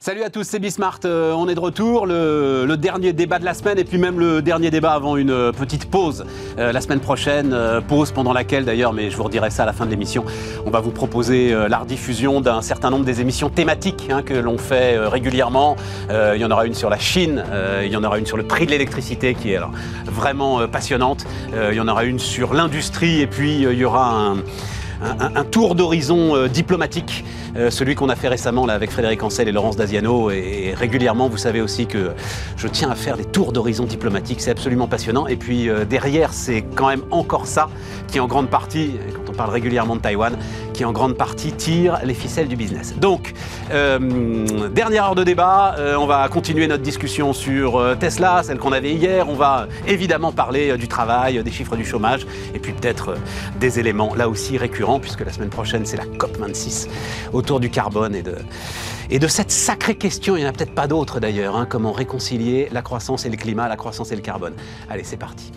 Salut à tous, c'est Bismart, on est de retour, le dernier débat de la semaine et puis même le dernier débat avant une petite pause la semaine prochaine, pause pendant laquelle d'ailleurs, mais je vous redirai ça à la fin de l'émission, on va vous proposer la rediffusion d'un certain nombre des émissions thématiques que l'on fait régulièrement. Il y en aura une sur la Chine, il y en aura une sur le prix de l'électricité qui est alors vraiment passionnante, il y en aura une sur l'industrie et puis il y aura un tour d'horizon diplomatique, celui qu'on a fait récemment là, avec Frédéric Ancel et Laurence Daziano, et régulièrement vous savez aussi que je tiens à faire des tours d'horizon diplomatiques, c'est absolument passionnant, et puis derrière c'est quand même encore ça qui en grande partie, quand on parle régulièrement de Taïwan, qui en grande partie tire les ficelles du business. Donc, dernière heure de débat, on va continuer notre discussion sur Tesla, celle qu'on avait hier, on va évidemment parler du travail, des chiffres du chômage, et puis peut-être des éléments là aussi récurrents, puisque la semaine prochaine c'est la COP26 autour du carbone et de cette sacrée question, il n'y en a peut-être pas d'autres d'ailleurs, comment réconcilier la croissance et le climat, la croissance et le carbone. Allez, c'est parti.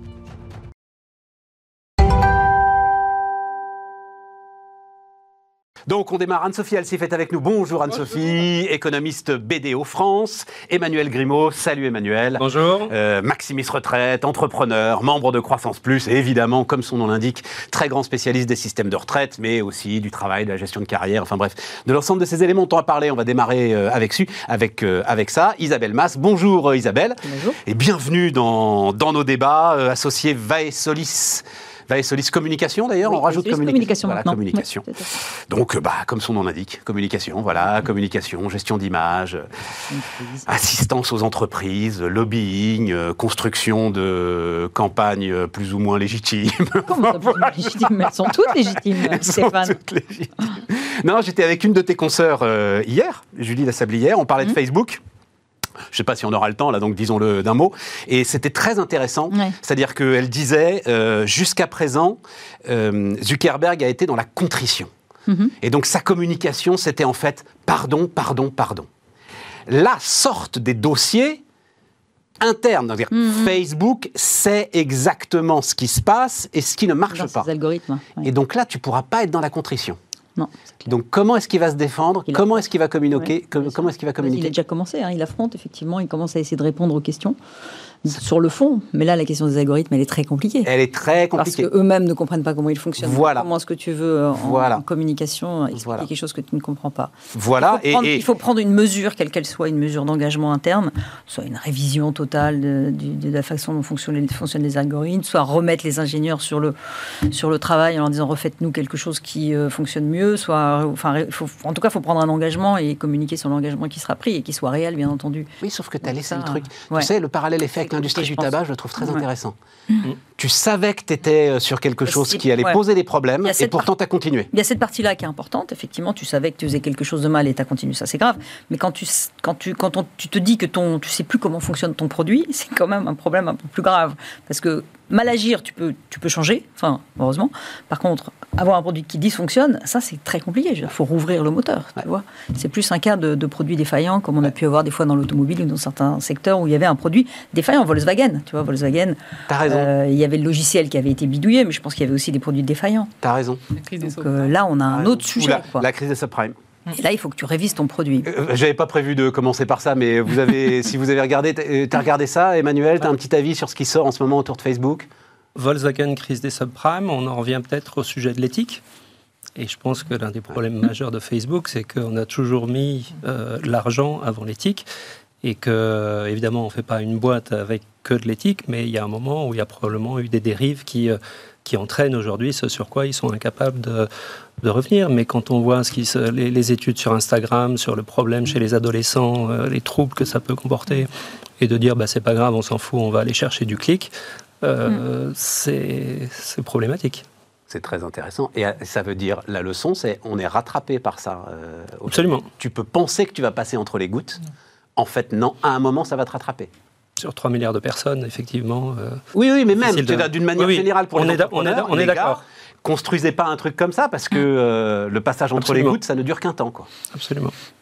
Donc on démarre, Anne-Sophie Alsif est avec nous. Bonjour Anne-Sophie, économiste BDO France. Emmanuel Grimaud, salut Emmanuel. Bonjour. Maximis Retraite, entrepreneur, membre de Croissance Plus et évidemment, comme son nom l'indique, très grand spécialiste des systèmes de retraite, mais aussi du travail, de la gestion de carrière, enfin bref, de l'ensemble de ces éléments dont on va parler. On va démarrer avec ça. Isabelle Mas, bonjour Isabelle. Bonjour. Et bienvenue dans nos débats, associé Vaesolis Communication d'ailleurs, oui, on rajoute communication. Voilà, communication. Oui, donc, comme son nom l'indique, communication, voilà, communication, gestion d'image, assistance aux entreprises, lobbying, construction de campagnes plus ou moins légitimes. Comment ça, plus ou moins légitimes ? Elles sont toutes légitimes, Stéphane. Toutes légitimes. Non, j'étais avec une de tes consoeurs hier, Julie Lasablière, on parlait de Facebook. Je ne sais pas si on aura le temps, là, donc disons-le d'un mot. Et c'était très intéressant. Ouais. C'est-à-dire qu'elle disait, jusqu'à présent, Zuckerberg a été dans la contrition. Mm-hmm. Et donc sa communication, c'était en fait pardon. Là sortent des dossiers internes. C'est-à-dire Facebook sait exactement ce qui se passe et ce qui ne marche pas. Ses algorithmes. Ouais. Et donc là, tu ne pourras pas être dans la contrition. Non, donc comment est-ce qu'il va se défendre ? Comment est-ce qu'il va communiquer ? Comment est-ce qu'il va communiquer ? Il a déjà commencé, il affronte effectivement, il commence à essayer de répondre aux questions sur le fond. Mais là, la question des algorithmes, elle est très compliquée. Elle est très compliquée. Parce qu'eux-mêmes ne comprennent pas comment ils fonctionnent. Voilà. Comment est-ce que tu veux en communication expliquer quelque chose que tu ne comprends pas. Voilà. Il faut prendre une mesure, quelle qu'elle soit, une mesure d'engagement interne, soit une révision totale de la façon dont fonctionnent les algorithmes, soit remettre les ingénieurs sur le travail en leur disant refaites-nous quelque chose qui fonctionne mieux, en tout cas, il faut prendre un engagement et communiquer sur l'engagement qui sera pris et qui soit réel, bien entendu. Oui, sauf que tu as laissé le truc. Ouais. Tu sais, le parallèle est fait avec l'industrie du tabac, je le trouve très intéressant. Tu savais que tu étais sur quelque chose qui allait poser des problèmes et pourtant tu as continué. Il y a cette partie-là qui est importante. Effectivement, tu savais que tu faisais quelque chose de mal et tu as continué. Ça, c'est grave. Mais quand tu te dis que tu sais plus comment fonctionne ton produit, c'est quand même un problème un peu plus grave. Parce que mal agir, tu peux changer, heureusement. Par contre, avoir un produit qui dysfonctionne, ça, c'est très compliqué. Il faut rouvrir le moteur, tu vois. C'est plus un cas de produit défaillant, comme on a pu avoir des fois dans l'automobile ou dans certains secteurs où il y avait un produit défaillant. Volkswagen, tu vois, Volkswagen. T'as raison. Il y avait le logiciel qui avait été bidouillé, mais je pense qu'il y avait aussi des produits défaillants. T'as raison. Donc là, on a un autre sujet. La crise des subprimes. Et là, il faut que tu révises ton produit. J'avais pas prévu de commencer par ça, mais si vous avez regardé, t'as regardé ça, Emmanuel, t'as un petit avis sur ce qui sort en ce moment autour de Facebook ? Volkswagen, crise des subprimes, on en revient peut-être au sujet de l'éthique. Et je pense que l'un des problèmes majeurs de Facebook, c'est qu'on a toujours mis l'argent avant l'éthique. Et que, évidemment, on ne fait pas une boîte avec que de l'éthique, mais il y a un moment où il y a probablement eu des dérives qui entraînent aujourd'hui ce sur quoi ils sont incapables de revenir. Mais quand on voit les études sur Instagram, sur le problème chez les adolescents, les troubles que ça peut comporter, et de dire c'est pas grave, on s'en fout, on va aller chercher du clic, c'est problématique. C'est très intéressant. Et ça veut dire, la leçon, c'est on est rattrapé par ça. Absolument. Tu peux penser que tu vas passer entre les gouttes. En fait, non. À un moment, ça va te rattraper. Sur 3 milliards de personnes, effectivement. Oui, mais même, d'une manière générale, pour les entrepreneurs, on est d'accord. Construisez pas un truc comme ça, parce que le passage entre les gouttes, ça ne dure qu'un temps, quoi. Absolument. Ouais.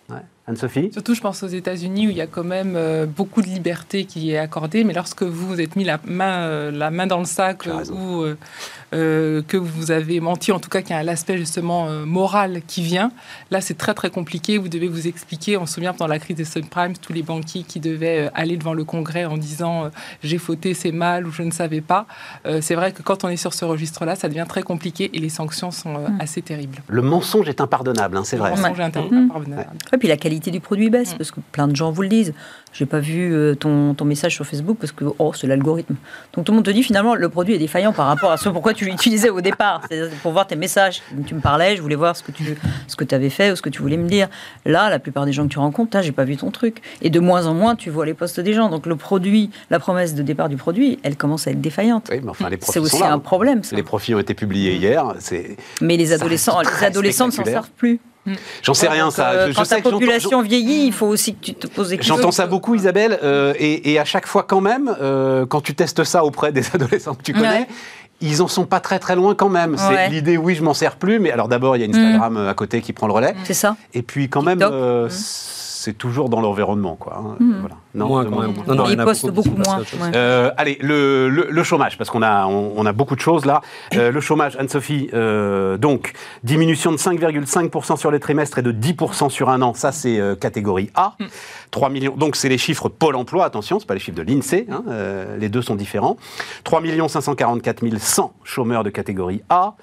Anne-Sophie? Surtout, je pense aux États-Unis où il y a quand même beaucoup de liberté qui est accordée, mais lorsque vous vous êtes mis la main dans le sac ou que vous avez menti, en tout cas qu'il y a l'aspect justement moral qui vient, là c'est très très compliqué, vous devez vous expliquer. On se souvient pendant la crise des subprimes, tous les banquiers qui devaient aller devant le Congrès en disant j'ai fauté, c'est mal ou je ne savais pas. C'est vrai que quand on est sur ce registre-là, ça devient très compliqué et les sanctions sont assez terribles. Le mensonge est impardonnable, hein, c'est vrai. Le mensonge est impardonnable. Et puis la qualité du produit baisse, parce que plein de gens vous le disent. J'ai pas vu ton message sur Facebook parce que c'est l'algorithme. Donc tout le monde te dit finalement le produit est défaillant par rapport à ce pourquoi tu l'utilisais au départ. C'est pour voir tes messages. Donc, tu me parlais, je voulais voir ce que tu avais fait ou ce que tu voulais me dire. Là, la plupart des gens que tu rencontres, j'ai pas vu ton truc. Et de moins en moins, tu vois les posts des gens. Donc le produit, la promesse de départ du produit, elle commence à être défaillante. Oui, mais enfin, les profits c'est aussi sont là, un problème. Ça. Les profits ont été publiés hier. Mais les adolescents ne s'en servent plus. J'en sais rien, ça. Quand ta population vieillit, il faut aussi que tu te poses des questions. J'entends ça beaucoup, Isabelle, et à chaque fois quand même, quand tu testes ça auprès des adolescents que tu connais, ils en sont pas très très loin quand même. C'est l'idée, oui, je m'en sers plus, mais alors d'abord, il y a Instagram à côté qui prend le relais. C'est ça. Et puis quand même, c'est toujours dans l'environnement, quoi. Voilà. Non, moins quand même. Non, ils postent beaucoup moins. Allez, le chômage, parce qu'on a beaucoup de choses là. Le chômage, Anne-Sophie, donc diminution de 5,5% sur les trimestres et de 10% sur un an. Ça, c'est catégorie A. 3 millions. Donc, c'est les chiffres Pôle emploi. Attention, c'est pas les chiffres de l'INSEE. Hein, les deux sont différents. 3 544 100 chômeurs de catégorie A.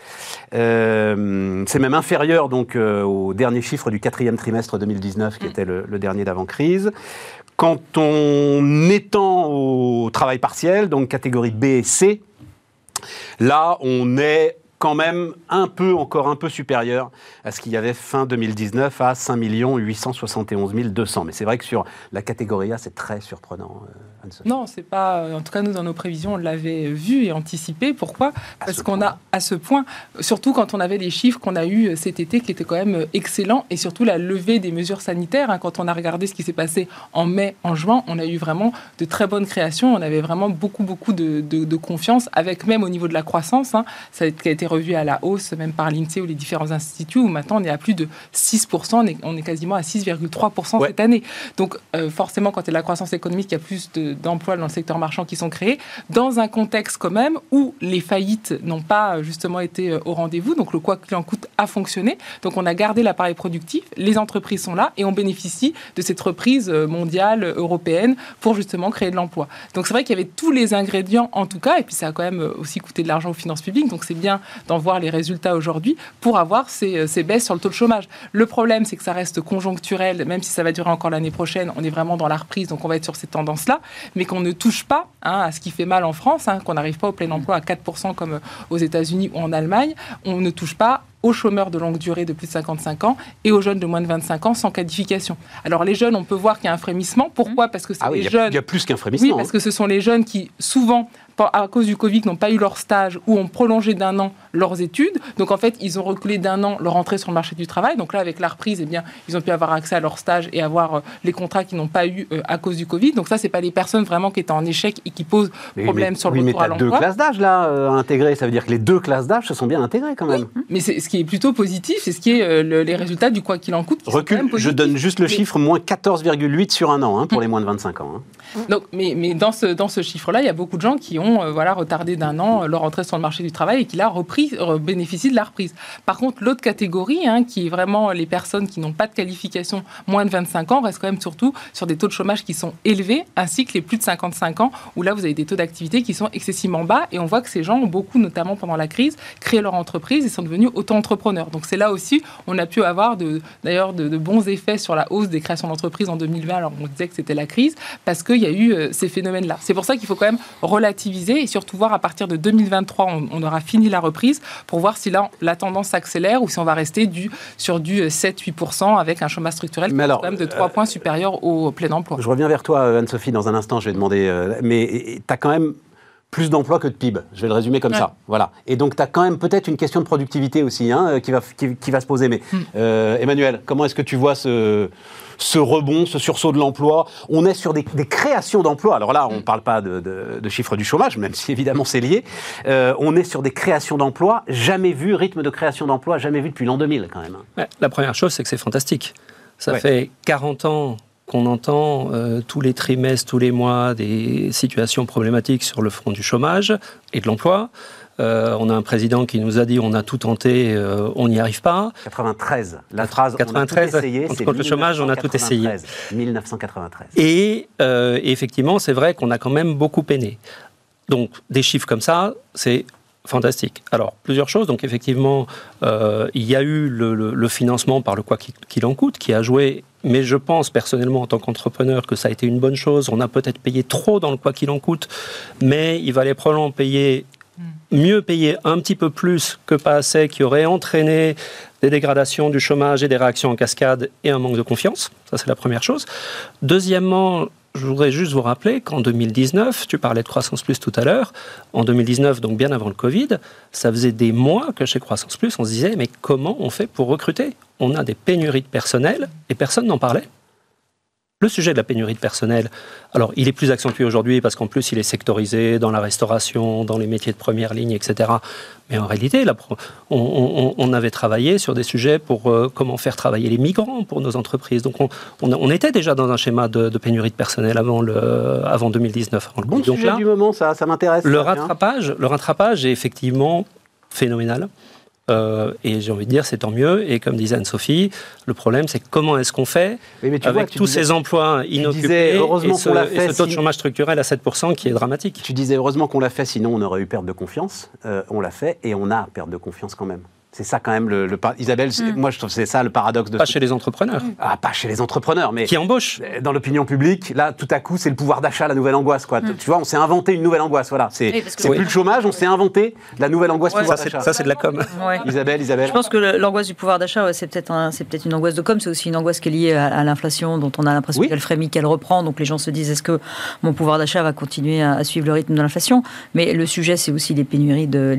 C'est même inférieur donc au dernier chiffre du 4e trimestre 2019, qui était le dernier d'avant-crise. Quand on étend au travail partiel, donc catégorie B et C, là, on est quand même encore un peu supérieur à ce qu'il y avait fin 2019 à 5 871 200. Mais c'est vrai que sur la catégorie A, c'est très surprenant, Anne-Sophie. Non, c'est pas... En tout cas, nous, dans nos prévisions, on l'avait vu et anticipé. Pourquoi ? Parce qu'on a, à ce point, surtout quand on avait les chiffres qu'on a eus cet été, qui étaient quand même excellents, et surtout la levée des mesures sanitaires. Quand on a regardé ce qui s'est passé en mai, en juin, on a eu vraiment de très bonnes créations. On avait vraiment beaucoup de confiance, avec même au niveau de la croissance. Ça a été revu à la hausse, même par l'INSEE ou les différents instituts, où maintenant on est à plus de 6%, on est quasiment à 6,3% cette année. Donc forcément, quand il y a de la croissance économique, il y a plus d'emplois dans le secteur marchand qui sont créés, dans un contexte quand même où les faillites n'ont pas justement été au rendez-vous, donc le quoi qu'il en coûte a fonctionné, donc on a gardé l'appareil productif, les entreprises sont là et on bénéficie de cette reprise mondiale, européenne, pour justement créer de l'emploi. Donc c'est vrai qu'il y avait tous les ingrédients en tout cas, et puis ça a quand même aussi coûté de l'argent aux finances publiques, donc c'est bien d'en voir les résultats aujourd'hui pour avoir ces baisses sur le taux de chômage. Le problème, c'est que ça reste conjoncturel, même si ça va durer encore l'année prochaine, on est vraiment dans la reprise, donc on va être sur ces tendances-là, mais qu'on ne touche pas à ce qui fait mal en France, qu'on n'arrive pas au plein emploi à 4% comme aux États-Unis ou en Allemagne, on ne touche pas aux chômeurs de longue durée de plus de 55 ans et aux jeunes de moins de 25 ans sans qualification. Alors les jeunes, on peut voir qu'il y a un frémissement. Pourquoi ? Parce que c'est les jeunes... Il y a plus qu'un frémissement. Oui, parce que ce sont les jeunes qui, souvent, à cause du Covid, n'ont pas eu leur stage ou ont prolongé d'1 an leurs études. Donc, en fait, ils ont reculé d'1 an leur entrée sur le marché du travail. Donc là, avec la reprise, eh bien, ils ont pu avoir accès à leur stage et avoir les contrats qu'ils n'ont pas eu à cause du Covid. Donc ça, c'est pas les personnes vraiment qui étaient en échec et qui posent problème sur le retour à l'emploi. Mais tu as 2 classes d'âge, là, intégrées. Ça veut dire que les 2 classes d'âge se sont bien intégrées, quand même. Oui, mais ce qui est plutôt positif, c'est ce qui est les résultats du quoi qu'il en coûte. Recul, je donne juste le chiffre, moins 14,8 sur un an, pour les moins de 25 ans. Donc, mais dans ce chiffre-là, il y a beaucoup de gens qui ont retardé d'1 an leur entrée sur le marché du travail et qui là bénéficient de la reprise. Par contre, l'autre catégorie, qui est vraiment les personnes qui n'ont pas de qualification moins de 25 ans, reste quand même surtout sur des taux de chômage qui sont élevés, ainsi que les plus de 55 ans, où là, vous avez des taux d'activité qui sont excessivement bas. Et on voit que ces gens ont beaucoup, notamment pendant la crise, créé leur entreprise et sont devenus auto-entrepreneurs. Donc c'est là aussi, on a pu avoir de bons effets sur la hausse des créations d'entreprises en 2020. Alors on disait que c'était la crise, parce qu'il y a eu ces phénomènes-là. C'est pour ça qu'il faut quand même relativiser et surtout voir à partir de 2023, on aura fini la reprise pour voir si là, la tendance s'accélère ou si on va rester sur du 7-8% avec un chômage structurel quand même de 3 points supérieur au plein emploi. Je reviens vers toi, Anne-Sophie, dans un instant. Je vais demander... mais tu as quand même plus d'emplois que de PIB. Je vais le résumer comme ça. Voilà. Et donc, tu as quand même peut-être une question de productivité aussi qui va se poser. Mais Emmanuel, comment est-ce que tu vois ce rebond, ce sursaut de l'emploi? On est sur des créations d'emplois. Alors là, on ne parle pas de chiffres du chômage, même si évidemment c'est lié. On est sur des créations d'emplois jamais vues, rythme de création d'emplois jamais vu depuis l'an 2000 quand même. Ouais, la première chose, c'est que c'est fantastique. Ça fait 40 ans qu'on entend tous les trimestres, tous les mois, des situations problématiques sur le front du chômage et de l'emploi. On a un président qui nous a dit on a tout tenté, on n'y arrive pas. 93, la phrase 93, on a tout essayé, contre le chômage, on a tout essayé. 1993. Et effectivement, c'est vrai qu'on a quand même beaucoup peiné. Donc, des chiffres comme ça, c'est fantastique. Alors, plusieurs choses. Donc, effectivement, il y a eu le financement par le quoi qu'il en coûte, qui a joué. Mais je pense personnellement, en tant qu'entrepreneur, que ça a été une bonne chose. On a peut-être payé trop dans le quoi qu'il en coûte, mais il valait probablement mieux payer un petit peu plus que pas assez, qui aurait entraîné des dégradations du chômage et des réactions en cascade et un manque de confiance. Ça, c'est la première chose. Deuxièmement, je voudrais juste vous rappeler qu'en 2019, tu parlais de Croissance Plus tout à l'heure, en 2019, donc bien avant le Covid, ça faisait des mois que chez Croissance Plus, on se disait, mais comment on fait pour recruter ? On a des pénuries de personnel et personne n'en parlait. Le sujet de la pénurie de personnel, alors il est plus accentué aujourd'hui parce qu'en plus il est sectorisé dans la restauration, dans les métiers de première ligne, etc. Mais en réalité, là, on avait travaillé sur des sujets pour comment faire travailler les migrants pour nos entreprises. Donc on était déjà dans un schéma de pénurie de personnel avant 2019. Bon sujet là, du moment, ça m'intéresse. Le rattrapage est effectivement phénoménal. Et j'ai envie de dire, c'est tant mieux. Et comme disait Anne-Sophie, le problème, c'est comment est-ce qu'on fait avec tous ces emplois inoccupés et ce taux de chômage structurel à 7% qui est dramatique. Tu disais heureusement qu'on l'a fait, sinon on aurait eu perte de confiance. On l'a fait et on a perte de confiance quand même. C'est ça quand même Isabelle, moi je trouve que c'est ça le paradoxe de... Pas chez les entrepreneurs. Ah, pas chez les entrepreneurs, mais... Qui embauchent. Dans l'opinion publique, là, tout à coup, c'est le pouvoir d'achat, la nouvelle angoisse, quoi. Tu vois, on s'est inventé une nouvelle angoisse, voilà. C'est plus le chômage, on s'est inventé la nouvelle angoisse du pouvoir d'achat. Ça, c'est de la com. Ouais. Isabelle. Je pense que l'angoisse du pouvoir d'achat, c'est peut-être une angoisse de com, c'est aussi une angoisse qui est liée à l'inflation, dont on a l'impression qu'elle frémit, qu'elle reprend. Donc les gens se disent, est-ce que mon pouvoir d'achat va continuer à suivre le rythme de l'inflation ? Mais le sujet, c'est aussi les pénuries de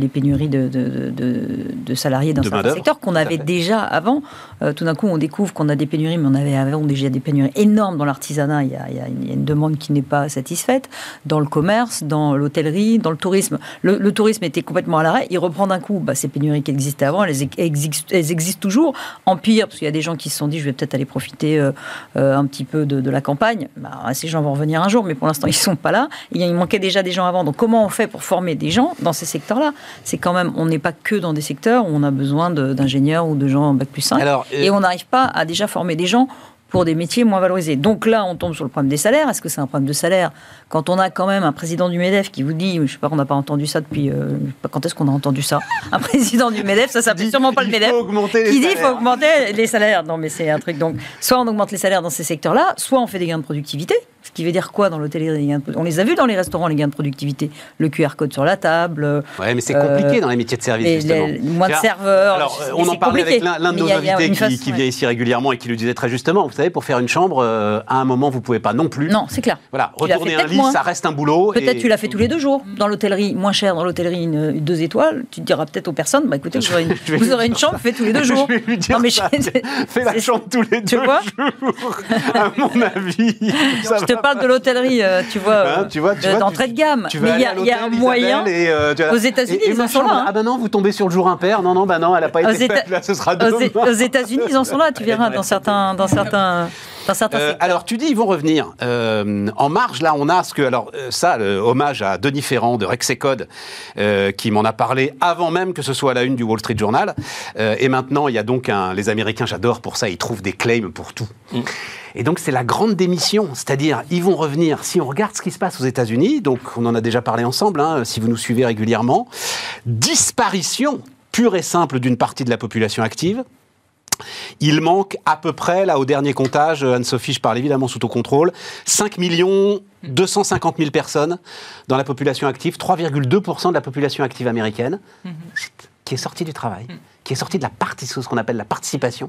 salariés dans certains secteurs qu'on avait déjà avant. Tout d'un coup, on découvre qu'on a des pénuries, mais on avait avant déjà des pénuries énormes dans l'artisanat. Il y a une demande qui n'est pas satisfaite. Dans le commerce, dans l'hôtellerie, dans le tourisme. Le tourisme était complètement à l'arrêt. Il reprend d'un coup ces pénuries qui existaient avant. Elles existent toujours. En pire, parce qu'il y a des gens qui se sont dit, je vais peut-être aller profiter un petit peu de la campagne. Ces gens vont revenir un jour, mais pour l'instant, ils ne sont pas là. Il manquait déjà des gens avant. Donc, comment on fait pour former des gens dans ces secteurs-là ? C'est quand même, on n'est pas que dans des secteurs où on a besoin d'ingénieurs ou de gens en bac plus 5. Et on n'arrive pas à déjà former des gens pour des métiers moins valorisés. Donc là, on tombe sur le problème des salaires. Est-ce que c'est un problème de salaire quand on a quand même un président du MEDEF qui vous dit, je ne sais pas, on n'a pas entendu ça depuis... quand est-ce qu'on a entendu ça ? Un président du MEDEF, ça s'appelle sûrement pas le MEDEF, qui dit qu'il faut augmenter les salaires. Non, mais c'est un truc. Donc, soit on augmente les salaires dans ces secteurs-là, soit on fait des gains de productivité. Ce qui veut dire quoi dans l'hôtellerie ? On les a vus dans les restaurants, les gains de productivité. Le QR code sur la table. Oui, mais c'est compliqué dans les métiers de service, justement. Moins de serveurs. Alors, on en parlait avec l'un de nos invités qui vient ici régulièrement et qui le disait très justement. Vous savez, pour faire une chambre, à un moment, vous ne pouvez pas non plus. Non, c'est clair. Voilà, retourner un lit, ça reste un boulot. Peut-être tu l'as fait tous les 2 jours. Dans l'hôtellerie, moins cher, dans l'hôtellerie 2 étoiles, tu te diras peut-être aux personnes, écoutez, vous aurez une chambre faite tous les 2 jours. Je vais lui dire fais la chambre tous les 2 jours, à mon avis. Je te parle de l'hôtellerie, d'entrée de gamme. Mais il y a un moyen. Aux États-Unis, ils en sont là. Ah ben non, vous tombez sur le jour impair. Non, elle n'a pas été faite. Là, ce sera demain. Aux États-Unis, ils en sont là. Tu verras dans certains secteurs. Alors, tu dis, ils vont revenir. En marge, là, on a hommage à Denis Ferrand de Rexecode, qui m'en a parlé avant même que ce soit à la une du Wall Street Journal. Et maintenant, il y a donc les Américains, j'adore pour ça, ils trouvent des claims pour tout. Et donc, c'est la grande démission. C'est-à-dire, ils vont revenir. Si on regarde ce qui se passe aux États-Unis, donc on en a déjà parlé ensemble, si vous nous suivez régulièrement, disparition pure et simple d'une partie de la population active. Il manque à peu près, là, au dernier comptage, Anne-Sophie, je parle évidemment sous ton contrôle, 5 250 000 personnes dans la population active, 3,2% de la population active américaine, qui est sortie du travail, qui est sortie de ce qu'on appelle la participation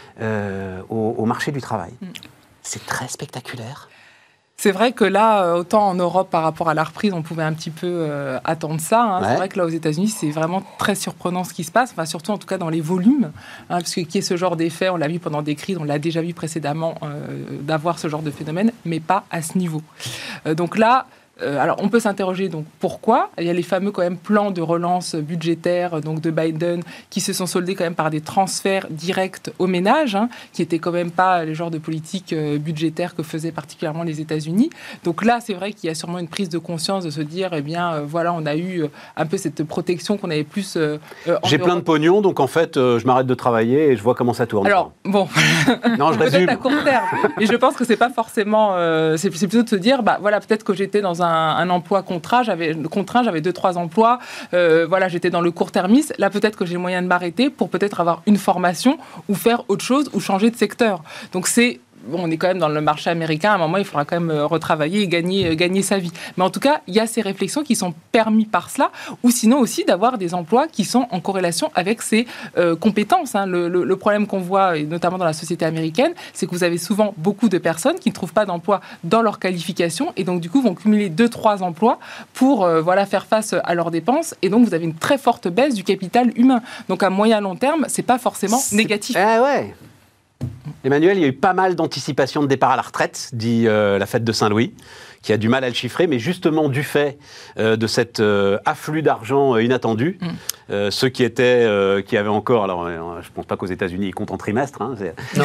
au marché du travail. C'est très spectaculaire. C'est vrai que là, autant en Europe par rapport à la reprise, on pouvait un petit peu attendre ça. C'est vrai que là, aux États-Unis, c'est vraiment très surprenant ce qui se passe, surtout en tout cas dans les volumes, parce que qu'il y ait ce genre d'effet, on l'a vu pendant des crises, on l'a déjà vu précédemment, d'avoir ce genre de phénomène, mais pas à ce niveau. Donc là, alors, on peut s'interroger donc pourquoi. Il y a les fameux quand même plans de relance budgétaire donc de Biden qui se sont soldés quand même par des transferts directs aux ménages, qui n'étaient quand même pas le genre de politique budgétaire que faisaient particulièrement les États-Unis. Donc là, c'est vrai qu'il y a sûrement une prise de conscience de se dire, eh bien, voilà, on a eu un peu cette protection qu'on avait plus J'ai plein de pognon, donc en fait, je m'arrête de travailler et je vois comment ça tourne. Alors, bon, non, je résume. Peut-être à court terme, mais je pense que c'est pas forcément... c'est plutôt de se dire, bah voilà, peut-être que j'étais dans un emploi contraint, j'avais 2-3 emplois, voilà, j'étais dans le court-termisme. Là, peut-être que j'ai le moyen de m'arrêter pour peut-être avoir une formation ou faire autre chose ou changer de secteur. Donc c'est... Bon, on est quand même dans le marché américain, à un moment, il faudra quand même retravailler et gagner sa vie. Mais en tout cas, il y a ces réflexions qui sont permises par cela, ou sinon aussi d'avoir des emplois qui sont en corrélation avec ses compétences. Le problème qu'on voit, et notamment dans la société américaine, c'est que vous avez souvent beaucoup de personnes qui ne trouvent pas d'emploi dans leur qualification, et donc du coup vont cumuler 2-3 emplois pour faire face à leurs dépenses, et donc vous avez une très forte baisse du capital humain. Donc à moyen long terme, c'est pas forcément négatif. Ah ouais. Emmanuel, il y a eu pas mal d'anticipation de départ à la retraite, dit la fête de Saint-Louis, qui a du mal à le chiffrer, mais justement du fait de cet afflux d'argent inattendu, ceux qui avaient encore, alors je ne pense pas qu'aux États-Unis ils comptent en trimestre, non.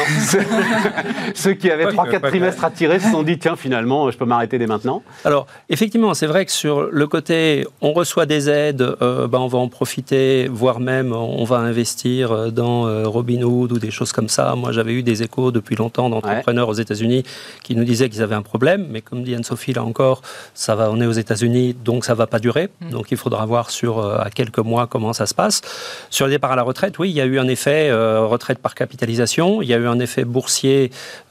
Ceux qui avaient 3-4 trimestres à tirer se sont dit tiens finalement je peux m'arrêter dès maintenant. Alors effectivement c'est vrai que sur le côté on reçoit des aides, on va en profiter, voire même on va investir dans Robinhood ou des choses comme ça. Moi j'avais eu des échos depuis longtemps d'entrepreneurs aux États-Unis qui nous disaient qu'ils avaient un problème, mais comme dit Anne-Sophie là encore, on est aux États-Unis donc ça ne va pas durer, donc il faudra voir à quelques mois comment ça se passe. Sur le départ à la retraite, oui, il y a eu un effet retraite par capitalisation, il y a eu un effet boursier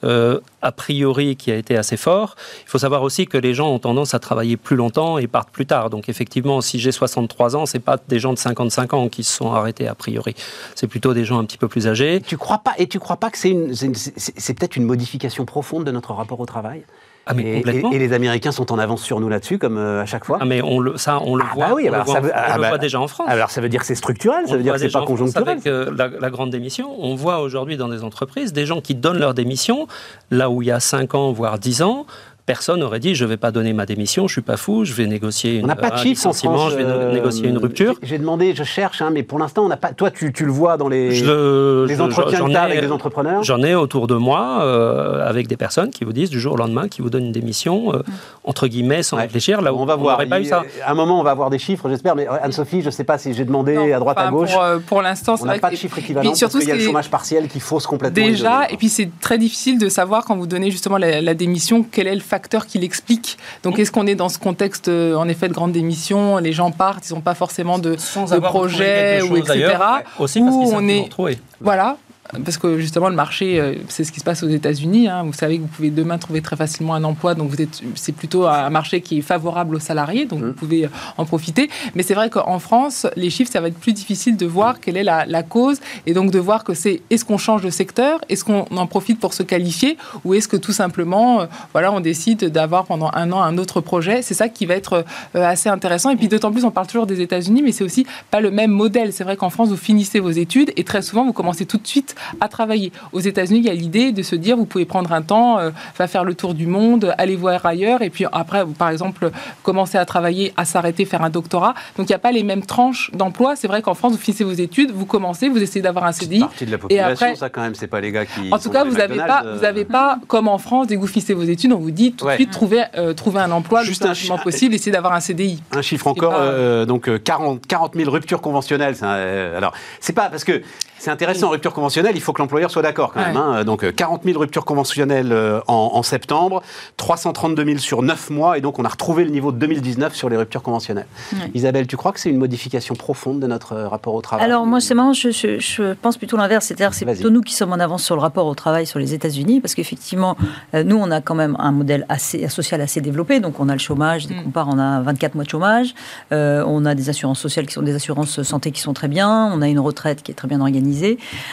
a priori qui a été assez fort. Il faut savoir aussi que les gens ont tendance à travailler plus longtemps et partent plus tard. Donc effectivement, si j'ai 63 ans, c'est pas des gens de 55 ans qui se sont arrêtés a priori. C'est plutôt des gens un petit peu plus âgés. Tu crois pas que c'est peut-être une modification profonde de notre rapport au travail ? Ah mais complètement. Et les Américains sont en avance sur nous là-dessus, comme à chaque fois. Ah mais on le voit, oui, on le voit déjà en France. Alors ça veut dire que c'est structurel, ça veut dire que c'est pas conjoncturel. Avec la grande démission, on voit aujourd'hui dans des entreprises des gens qui donnent leur démission là où il y a 5 ans, voire 10 ans. Personne n'aurait dit je ne vais pas donner ma démission, je ne suis pas fou, je vais négocier on n'a pas de chiffres en France, je vais négocier une rupture. J'ai demandé, je cherche, mais pour l'instant, on n'a pas. Toi, tu le vois dans les entretiens que tu as avec des entrepreneurs ? J'en ai autour de moi, avec des personnes qui vous disent du jour au lendemain, qui vous donnent une démission, entre guillemets, sans réfléchir. Là où on va voir. Pas eu ça. À un moment, on va avoir des chiffres, j'espère. Mais Anne-Sophie, je ne sais pas si j'ai demandé à droite, à gauche. Pour l'instant, on n'a pas de chiffres équivalents parce qu'il y a le chômage partiel qui fausse complètement. Déjà, et puis c'est très difficile de savoir quand vous donnez justement la démission, quel est le facteur qui l'explique. Donc, est-ce qu'on est dans ce contexte, en effet, de grande démission, les gens partent, ils n'ont pas forcément de projet, ou etc. Aussi parce qu'ils savent en trouver. Voilà. Parce que justement, le marché, c'est ce qui se passe aux États-Unis. Vous savez que vous pouvez demain trouver très facilement un emploi. Donc, c'est plutôt un marché qui est favorable aux salariés. Donc, vous pouvez en profiter. Mais c'est vrai qu'en France, les chiffres, ça va être plus difficile de voir quelle est la cause. Et donc, de voir que est-ce qu'on change de secteur ? Est-ce qu'on en profite pour se qualifier ? Ou est-ce que tout simplement, on décide d'avoir pendant un an un autre projet ? C'est ça qui va être assez intéressant. Et puis, d'autant plus, on parle toujours des États-Unis, mais c'est aussi pas le même modèle. C'est vrai qu'en France, vous finissez vos études et très souvent, vous commencez tout de suite à travailler. Aux États-Unis, il y a l'idée de se dire, vous pouvez prendre un temps, faire le tour du monde, aller voir ailleurs, et puis après, par exemple, commencer à travailler, à s'arrêter, faire un doctorat. Donc, il n'y a pas les mêmes tranches d'emploi. C'est vrai qu'en France, vous finissez vos études, vous commencez, vous essayez d'avoir un CDI. C'est partie de la population, et après, ça, quand même, c'est pas les gars qui... En tout cas, vous n'avez pas, comme en France, dès que vous finissez vos études, on vous dit tout de suite, trouver un emploi le plus rapidement possible, essayez d'avoir un CDI. Un chiffre encore, donc 40 000 ruptures conventionnelles. Alors, c'est pas parce que c'est intéressant, rupture conventionnelle, il faut que l'employeur soit d'accord quand même. Donc 40 000 ruptures conventionnelles en septembre, 332 000 sur 9 mois, et donc on a retrouvé le niveau de 2019 sur les ruptures conventionnelles. Isabelle, tu crois que c'est une modification profonde de notre rapport au travail ? Alors moi, c'est marrant, je pense plutôt l'inverse, c'est-à-dire c'est plutôt nous qui sommes en avance sur le rapport au travail sur les États-Unis, parce qu'effectivement, nous, on a quand même un modèle social assez développé, donc on a le chômage, dès qu'on part, on a 24 mois de chômage, on a des assurances sociales qui sont des assurances santé qui sont très bien, on a une retraite qui est très bien organisée,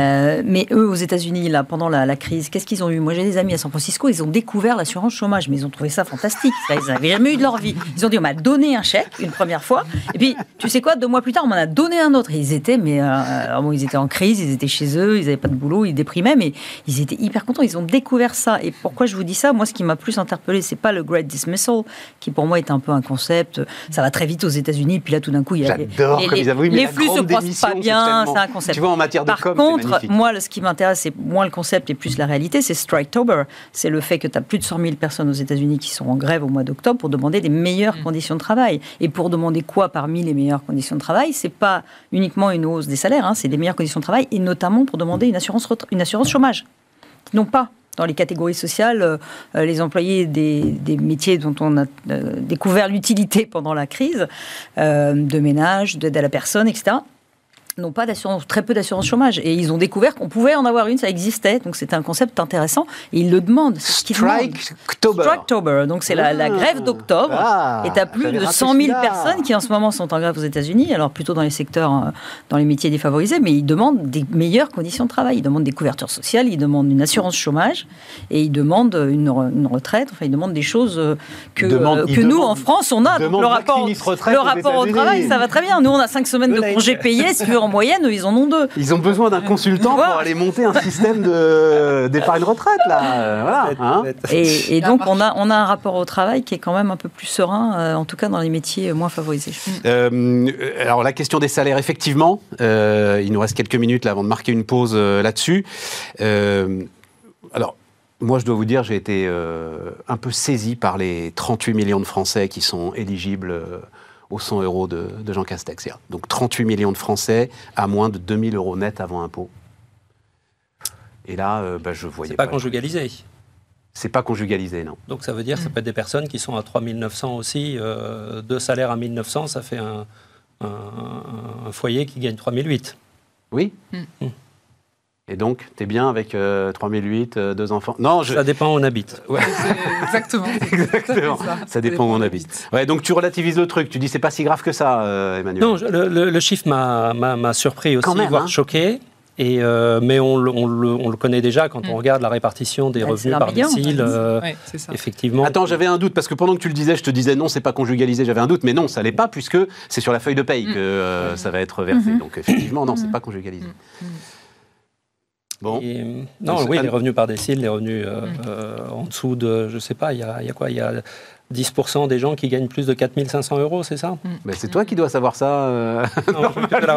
Mais eux, aux États-Unis, là, pendant la crise, qu'est-ce qu'ils ont eu? Moi, j'ai des amis à San Francisco, ils ont découvert l'assurance chômage, mais ils ont trouvé ça fantastique. Ça, ils n'avaient jamais eu de leur vie. Ils ont dit, on m'a donné un chèque une première fois, et puis, tu sais quoi, 2 mois plus tard, on m'en a donné un autre. Et ils étaient, ils étaient en crise, ils étaient chez eux, ils n'avaient pas de boulot, ils déprimaient, mais ils étaient hyper contents. Ils ont découvert ça. Et pourquoi je vous dis ça? Moi, ce qui m'a plus interpellé, c'est pas le Great Dismissal, qui pour moi est un peu un concept. Ça va très vite aux États-Unis, puis là, tout d'un coup, il y a les flux se croisent pas bien. C'est un concept. Tu vois, en matière de Par contre, moi, ce qui m'intéresse, c'est moins le concept et plus la réalité, c'est Striketober. C'est le fait que tu as plus de 100 000 personnes aux États-Unis qui sont en grève au mois d'octobre pour demander des meilleures conditions de travail. Et pour demander quoi parmi les meilleures conditions de travail? C'est pas uniquement une hausse des salaires, c'est des meilleures conditions de travail, et notamment pour demander une assurance chômage, qui n'ont pas dans les catégories sociales, les employés des métiers dont on a découvert l'utilité pendant la crise, de ménage, d'aide à la personne, etc., n'ont pas d'assurance, très peu d'assurance chômage. Et ils ont découvert qu'on pouvait en avoir une, ça existait. Donc c'était un concept intéressant. Et ils le demandent. Striketober. Donc c'est la grève d'octobre. Et tu as plus de 100 000 personnes qui en ce moment sont en grève aux États-Unis, alors plutôt dans les secteurs, dans les métiers défavorisés, mais ils demandent des meilleures conditions de travail. Ils demandent des couvertures sociales, ils demandent une assurance chômage, et ils demandent une retraite. Enfin, ils demandent des choses que nous, en France, on a. Donc, le rapport au travail, ça va très bien. Nous, on a 5 semaines de congés payés. En moyenne, ils en ont 2. Ils ont besoin d'un consultant pour aller monter un système d'épargne retraite, là. Voilà. Hein. Et donc, on a un rapport au travail qui est quand même un peu plus serein, en tout cas dans les métiers moins favorisés. Alors, la question des salaires, effectivement, il nous reste quelques minutes là, avant de marquer une pause là-dessus. Alors, moi, je dois vous dire, j'ai été un peu saisi par les 38 millions de Français qui sont éligibles aux 100 € de Jean Castex. Donc 38 millions de Français à moins de 2 000 € net avant impôt. Et là, je voyais pas... C'est pas conjugalisé. C'est pas conjugalisé, non. Donc ça veut dire que ça peut être des personnes qui sont à 3 900 aussi. 2 salaires à 1 900, ça fait un foyer qui gagne 3 008. Oui. Et donc, t'es bien avec 3008, 2 enfants? Non, Ça dépend où on habite. Ouais. Exactement. Ça dépend où on habite. Ouais, donc tu relativises le truc. Tu dis c'est pas si grave que ça, Emmanuel. Non, le chiffre m'a surpris aussi, voire choqué. Mais on le connaît déjà quand on regarde la répartition des revenus par décile. Effectivement. Attends, j'avais un doute parce que pendant que tu le disais, je te disais non, c'est pas conjugalisé. J'avais un doute, mais non, ça l'est pas puisque c'est sur la feuille de paye que ça va être versé. Donc effectivement, non, c'est pas conjugalisé. Bon. Les revenus par décile, les revenus en dessous de, je sais pas, il y a quoi? Il y a 10% des gens qui gagnent plus de 4 500 €, c'est ça? Mais c'est toi qui dois savoir ça. Non,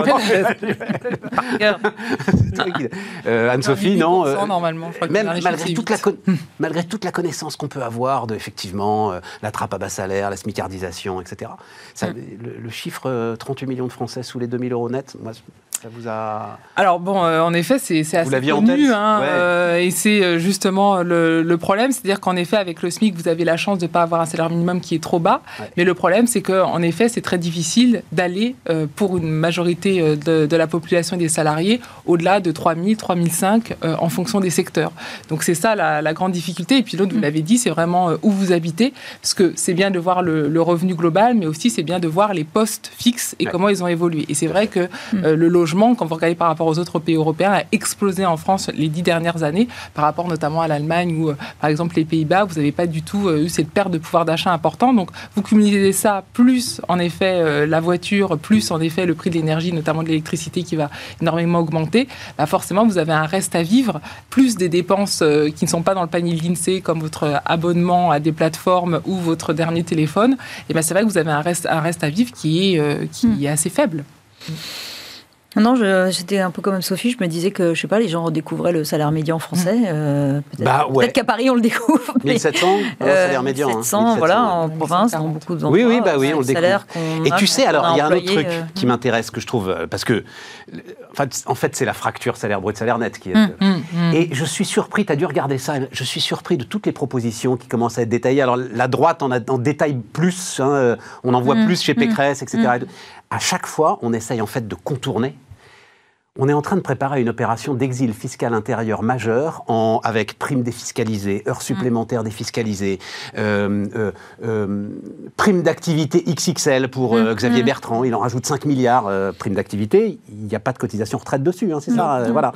Anne-Sophie, non. Normalement, je crois que même malgré toute la connaissance qu'on peut avoir de effectivement la trappe à bas salaire, la smicardisation, etc. Le chiffre 38 millions de Français sous les 2 000 € net, moi, ça vous a... Alors bon, en effet, c'est assez connu, et c'est justement le problème, c'est-à-dire qu'en effet, avec le SMIC, vous avez la chance de ne pas avoir un salaire minimum qui est trop bas, mais le problème, c'est qu'en effet, c'est très difficile d'aller, pour une majorité de la population et des salariés, au-delà de 3 000, 3 500 en fonction des secteurs. Donc c'est ça la grande difficulté, et puis l'autre, vous l'avez dit, c'est vraiment où vous habitez, parce que c'est bien de voir le revenu global, mais aussi c'est bien de voir les postes fixes et comment ils ont évolué. Et c'est vrai que le logement, quand vous regardez par rapport aux autres pays européens, a explosé en France les 10 dernières années, par rapport notamment à l'Allemagne ou par exemple les Pays-Bas, vous n'avez pas du tout eu cette perte de pouvoir d'achat importante. Donc vous cumulez ça, plus en effet la voiture, plus en effet le prix de l'énergie, notamment de l'électricité qui va énormément augmenter, forcément vous avez un reste à vivre, plus des dépenses qui ne sont pas dans le panier de l'INSEE, comme votre abonnement à des plateformes ou votre dernier téléphone. Et c'est vrai que vous avez un reste à vivre qui est assez faible. Non, j'étais un peu comme Sophie, je me disais que, je sais pas, les gens redécouvraient le salaire médian français. Peut-être qu'à Paris, on le découvre. 1700, salaire médian. 1700, voilà, en province, dans beaucoup d'endroits. Oui, on le découvre. Et tu sais, alors, il y a un autre truc qui m'intéresse, que je trouve, parce que, en fait, c'est la fracture salaire brut, salaire net qui est... Et je suis surpris, tu as dû regarder ça, je suis surpris de toutes les propositions qui commencent à être détaillées. Alors, la droite en détaille plus, on en voit plus chez Pécresse, etc. À chaque fois, on essaye en fait de contourner On est en train de préparer une opération d'exil fiscal intérieur majeure avec primes défiscalisées, heures supplémentaires défiscalisées, primes d'activité XXL pour Xavier Bertrand, il en rajoute 5 milliards, primes d'activité, il n'y a pas de cotisation retraite dessus, hein, c'est ça, voilà.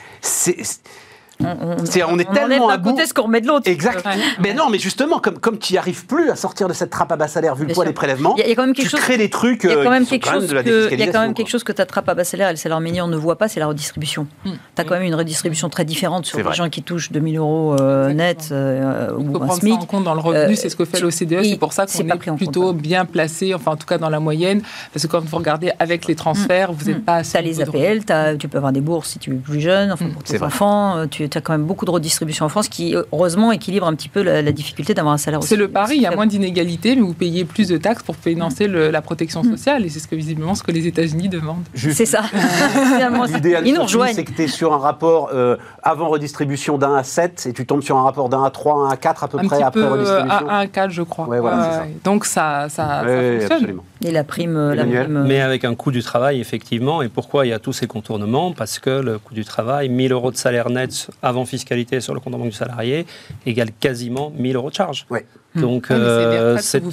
On est tellement à bout. Côté ce qu'on remet de l'autre. Exact. Ouais. Mais non, mais justement, comme tu n'y arrives plus à sortir de cette trappe à bas salaire vu le poids des prélèvements, tu crées des trucs qui sont quand même de la défiscalisation. Il y a quand même quelque chose que ta trappe à bas salaire et le salaire médian ne voient pas, c'est la redistribution. Tu as quand même une redistribution très différente sur les gens qui touchent 2 000 € net ou un SMIC. Il faut prendre ça en compte dans le revenu, c'est ce que fait l'OCDE, c'est pour ça qu'on est plutôt bien placé, enfin en tout cas dans la moyenne, parce que quand vous regardez avec les transferts, vous n'êtes pas assez... Tu as les APL, tu peux avoir des bourses si tu es plus jeune, enfin pour tes enfants, tu as quand même beaucoup de redistribution en France qui, heureusement, équilibre un petit peu la difficulté d'avoir un salaire aussi. C'est le pari, il y a moins d'inégalités, mais vous payez plus de taxes pour financer la protection sociale, et c'est visiblement ce que les États-Unis demandent. C'est ça. L'idéal, c'est que tu es sur un rapport avant redistribution d'1 à 7, et tu tombes sur un rapport d'1 à 3, 1 à 4 à peu près après redistribution. À 1 à 4, je crois. Ouais, voilà, c'est ça. Donc ça fonctionne. Absolument. Et la prime, Mais avec un coût du travail, effectivement. Et pourquoi il y a tous ces contournements ? Parce que le coût du travail, 1 000 € de salaire net avant fiscalité sur le compte en banque du salarié, égale quasiment 1 000 € de charge. Ouais. Donc, cette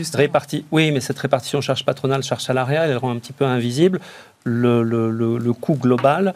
répartition charge patronale, charge salariale, elle rend un petit peu invisible le coût global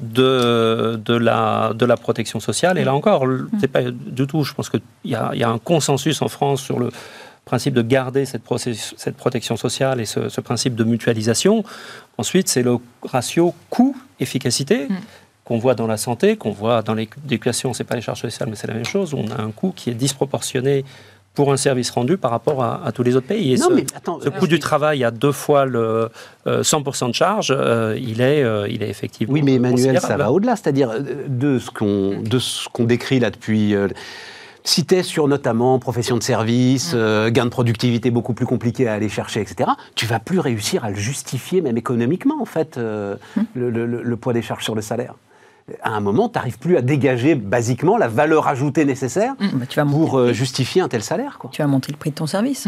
de la protection sociale. Et là encore, c'est pas du tout. Je pense qu'il y a un consensus en France sur le principe de garder cette protection sociale et ce principe de mutualisation. Ensuite, c'est le ratio coût-efficacité qu'on voit dans la santé, qu'on voit dans l'éducation. C'est pas les charges sociales, mais c'est la même chose. On a un coût qui est disproportionné pour un service rendu par rapport à tous les autres pays. Et ce coût du travail à 2 fois le 100% de charge, il est effectivement... Oui, mais Emmanuel, ça va au-delà. C'est-à-dire de ce qu'on décrit là depuis... citais sur notamment profession de service, gain de productivité beaucoup plus compliqué à aller chercher, etc., tu vas plus réussir à le justifier, même économiquement, en fait, le poids des charges sur le salaire. À un moment, tu n'arrives plus à dégager basiquement la valeur ajoutée nécessaire pour justifier un tel salaire, quoi. Tu vas monter le prix de ton service.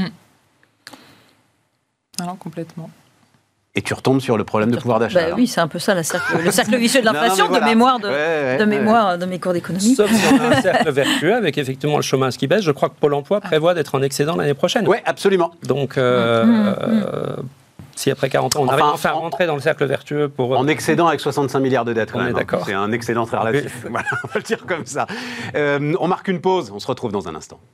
Alors, complètement. Et tu retombes sur le problème de pouvoir d'achat. Oui, c'est un peu ça, le cercle vicieux de l'inflation, de mémoire de mes cours d'économie. Sauf si on a un cercle vertueux, avec effectivement le chômage qui baisse. Je crois que Pôle emploi prévoit d'être en excédent l'année prochaine. Oui, absolument. Donc, si après 40 ans, on arrive enfin à rentrer dans le cercle vertueux pour... En excédent avec 65 milliards de dettes, quand même. D'accord. C'est un excédent très relatif. Voilà, on va le dire comme ça. On marque une pause, on se retrouve dans un instant.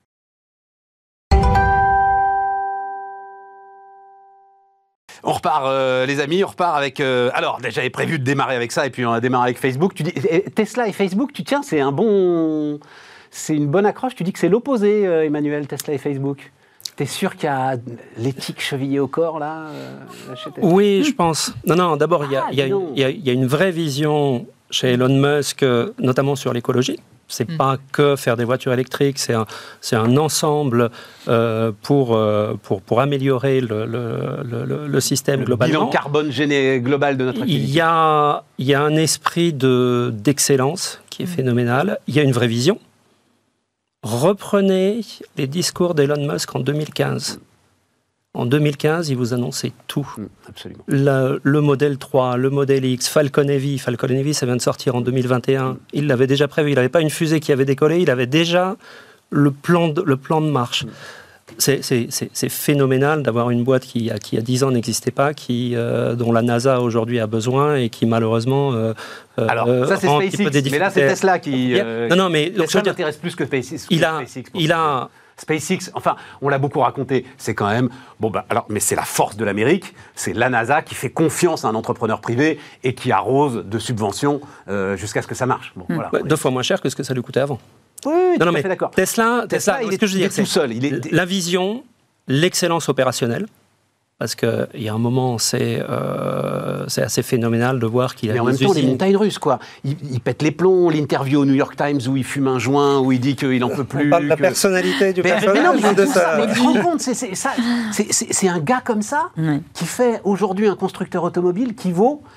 On repart, les amis, on repart avec... alors, j'avais prévu de démarrer avec ça, et puis on a démarré avec Facebook. Tu dis, Tesla et Facebook, c'est une bonne accroche. Tu dis que c'est l'opposé, Emmanuel, Tesla et Facebook. T'es sûr qu'il y a l'éthique chevillée au corps, là, chez Tesla ? Oui, je pense. Non, d'abord, il y a une vraie vision chez Elon Musk, notamment sur l'écologie. C'est pas que faire des voitures électriques, c'est un ensemble pour améliorer le système globalement. Le bilan carbone global de notre activité. Il y a un esprit d'excellence qui est phénoménal. Il y a une vraie vision. Reprenez les discours d'Elon Musk en 2015. En 2015, il vous annonçait tout. Absolument. Le modèle 3, le modèle X, Falcon Heavy. Falcon Heavy, ça vient de sortir en 2021. Il l'avait déjà prévu. Il n'avait pas une fusée qui avait décollé. Il avait déjà le plan de marche. C'est phénoménal d'avoir une boîte qui a 10 ans n'existait pas, dont la NASA aujourd'hui a besoin et qui malheureusement alors ça c'est SpaceX, mais là c'est Tesla qui mais Tesla m'intéresse plus que SpaceX. SpaceX, enfin, on l'a beaucoup raconté, c'est quand même... mais c'est la force de l'Amérique, c'est la NASA qui fait confiance à un entrepreneur privé et qui arrose de subventions jusqu'à ce que ça marche. Voilà. 2 fois moins cher que ce que ça lui coûtait avant. Oui, mais d'accord. Tesla, il est tout seul. La vision, l'excellence opérationnelle, parce qu'il y a un moment, c'est assez phénoménal de voir qu'il a des usines... Mais en même temps, les montagnes russes, quoi. Il pète les plombs, l'interview au New York Times où il fume un joint, où il dit qu'il n'en peut plus... On parle de la personnalité du personnage ou de ça. Mais tu te rends compte, c'est un gars comme ça qui fait aujourd'hui un constructeur automobile qui vaut...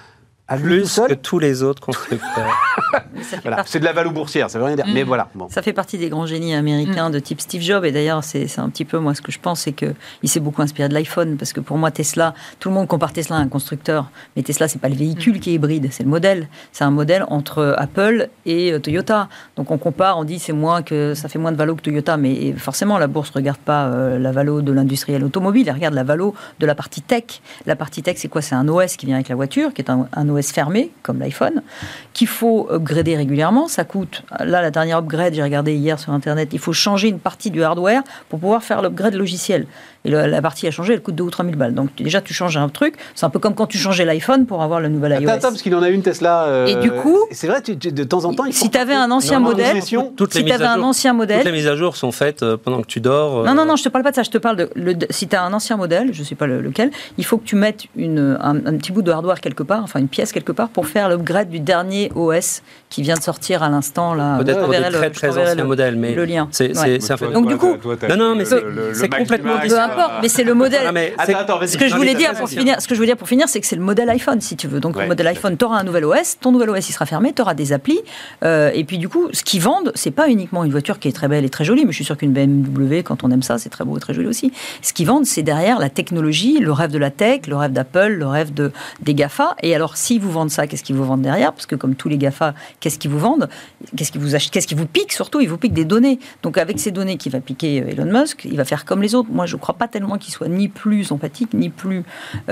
À lui tout Plus seul que tous les autres constructeurs. Voilà. C'est de la valeur boursière, ça veut rien dire. Mais voilà. Bon. Ça fait partie des grands génies américains de type Steve Jobs. Et d'ailleurs, c'est un petit peu, moi, ce que je pense, c'est qu'il s'est beaucoup inspiré de l'iPhone. Parce que pour moi, Tesla, tout le monde compare Tesla à un constructeur. Mais Tesla, c'est pas le véhicule qui est hybride, c'est le modèle. C'est un modèle entre Apple et Toyota. Donc on compare, on dit ça fait moins de valo que Toyota. Mais forcément, la bourse ne regarde pas la valo de l'industriel automobile, elle regarde la valo de la partie tech. La partie tech, c'est quoi? C'est un OS qui vient avec la voiture, qui est un OS fermé, comme l'iPhone, qu'il faut upgrader régulièrement. Ça coûte, là, la dernière upgrade, j'ai regardé hier sur Internet, il faut changer une partie du hardware pour pouvoir faire l'upgrade logiciel. Et la partie à changer, elle coûte 2 ou 3 000 balles. Donc déjà, tu changes un truc. C'est un peu comme quand tu changeais l'iPhone pour avoir le nouvel iOS. Attends, parce qu'il en a une Tesla. Et du coup, c'est vrai, de temps en temps, si tu avais un ancien modèle, toutes les mises à jour sont faites pendant que tu dors. Non, je te parle pas de ça. Je te parle si tu as un ancien modèle, je sais pas lequel, il faut que tu mettes un petit bout de hardware quelque part, enfin une pièce quelque part, pour faire l'upgrade du dernier OS qui vient de sortir à l'instant là. Peut-être pour des très anciens modèles, mais le lien. C'est un peu. Donc du coup, non, mais c'est complètement peu importe, mais c'est le modèle. Attends, ce que je voulais dire pour finir, c'est que c'est le modèle iPhone, si tu veux. Donc le modèle iPhone, tu auras un nouvel OS, ton nouvel OS il sera fermé, tu auras des applis, et puis du coup, ce qu'ils vendent, c'est pas uniquement une voiture qui est très belle et très jolie, mais je suis sûr qu'une BMW, quand on aime ça, c'est très beau et très joli aussi. Ce qu'ils vendent, c'est derrière la technologie, le rêve de la tech, le rêve d'Apple, le rêve des GAFA. Et alors, s'ils vous vendent ça, qu'est-ce qu'ils vous vendent derrière? Parce que comme tous les GAFA, qu'est-ce qu'ils vous vendent? Qu'est-ce qu'ils vous piquent surtout? Ils vous piquent des données. Donc avec ces données qu'il va piquer Elon Musk, il va faire comme les autres. Moi, je ne crois pas tellement qu'il soit ni plus empathique, ni plus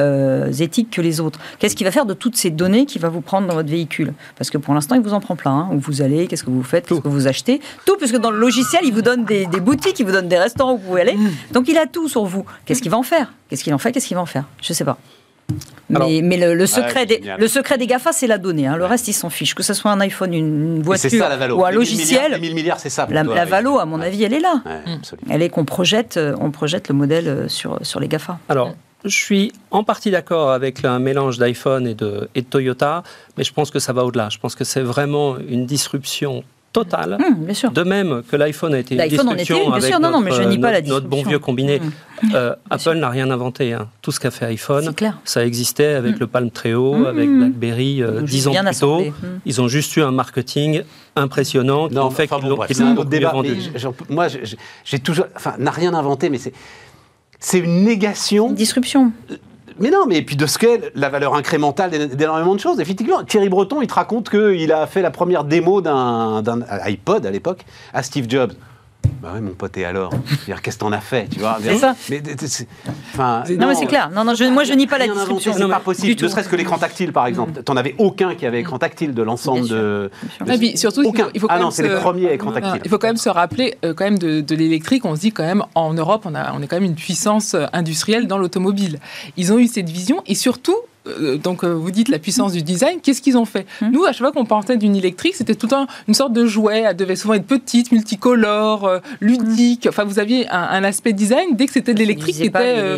éthique que les autres. Qu'est-ce qu'il va faire de toutes ces données qu'il va vous prendre dans votre véhicule? Parce que pour l'instant, il vous en prend plein. Hein. Où vous allez, qu'est-ce que vous faites, qu'est-ce que vous achetez? Tout, puisque dans le logiciel, il vous donne des boutiques, il vous donne des restaurants où vous pouvez aller. Donc il a tout sur vous. Qu'est-ce qu'il va en faire? Qu'est-ce qu'il va en faire? Je ne sais pas. Mais le secret des GAFA, c'est la donnée. Hein. Le reste, ils s'en fichent. Que ce soit un iPhone, une voiture ou un logiciel. Les 1000 milliards, c'est ça. La valo, à mon avis, elle est là. Ouais, elle est qu'on projette le modèle sur les GAFA. Alors, je suis en partie d'accord avec un mélange d'iPhone et de Toyota, mais je pense que ça va au-delà. Je pense que c'est vraiment une disruption totale. Bien sûr. De même que l'iPhone a été une disruption avec notre bon vieux combiné. Apple n'a rien inventé. Hein. Tout ce qu'a fait iPhone, ça existait avec le Palm Treo, avec BlackBerry 10 ans plus tôt. Ils ont juste eu un marketing impressionnant qui fait qu'ils l'ont vendu. Moi, j'ai toujours... Enfin, n'a rien inventé, mais c'est une négation... Une disruption. Mais non, mais puis de ce qu'est la valeur incrémentale d'énormément de choses. Effectivement, Thierry Breton, il te raconte qu'il a fait la première démo d'un iPod à l'époque à Steve Jobs. Bah oui, mon pote, et alors qu'est-ce que t'en as fait, tu vois? C'est ça. Non, mais c'est clair. Moi, je nie pas la disruption. C'est pas possible. Ne serait-ce que l'écran tactile, par exemple. T'en avais aucun qui avait écran tactile de l'ensemble de... Et puis surtout, aucun. C'est les premiers écrans tactiles. Il faut quand même se rappeler quand même de l'électrique. On se dit quand même, en Europe, on est quand même une puissance industrielle dans l'automobile. Ils ont eu cette vision et surtout... Donc, vous dites la puissance du design, qu'est-ce qu'ils ont fait? Nous, à chaque fois qu'on partait d'une électrique, c'était tout une sorte de jouet. Elle devait souvent être petite, multicolore, ludique. Enfin, vous aviez un aspect design dès que c'était de l'électrique qui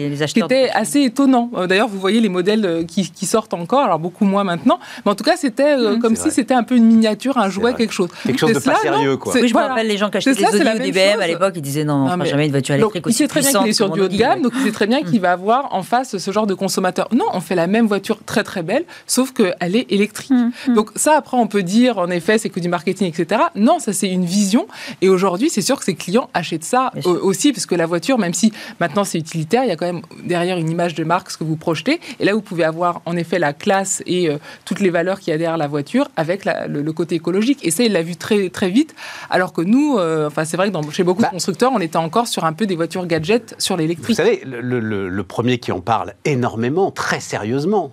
était assez étonnant. D'ailleurs, vous voyez les modèles qui sortent encore, alors beaucoup moins maintenant. Mais en tout cas, c'était comme si c'était un peu une miniature, un jouet, quelque chose. Quelque chose de pas sérieux, quoi. Oui, je me rappelle les gens qui achetaient des Audi ou des BM à l'époque, ils disaient non, on ne fera jamais une voiture électrique aussi puissante. Il sait très bien qu'il est sur du haut de gamme, donc il sait très bien qu'il va avoir en face ce genre de consommateur. Non, on fait la même voiture très très belle, sauf qu'elle est électrique. Donc ça, après, on peut dire, en effet, c'est que du marketing, etc. Non, ça, c'est une vision. Et aujourd'hui, c'est sûr que ces clients achètent ça aussi, parce que la voiture, même si maintenant c'est utilitaire, il y a quand même derrière une image de marque, ce que vous projetez. Et là, vous pouvez avoir, en effet, la classe et toutes les valeurs qu'il y a derrière la voiture avec le côté écologique. Et ça, il l'a vu très, très vite. Alors que nous, c'est vrai que chez beaucoup de constructeurs, on était encore sur un peu des voitures gadgets sur l'électrique. Vous savez, le premier qui en parle énormément, très sérieusement,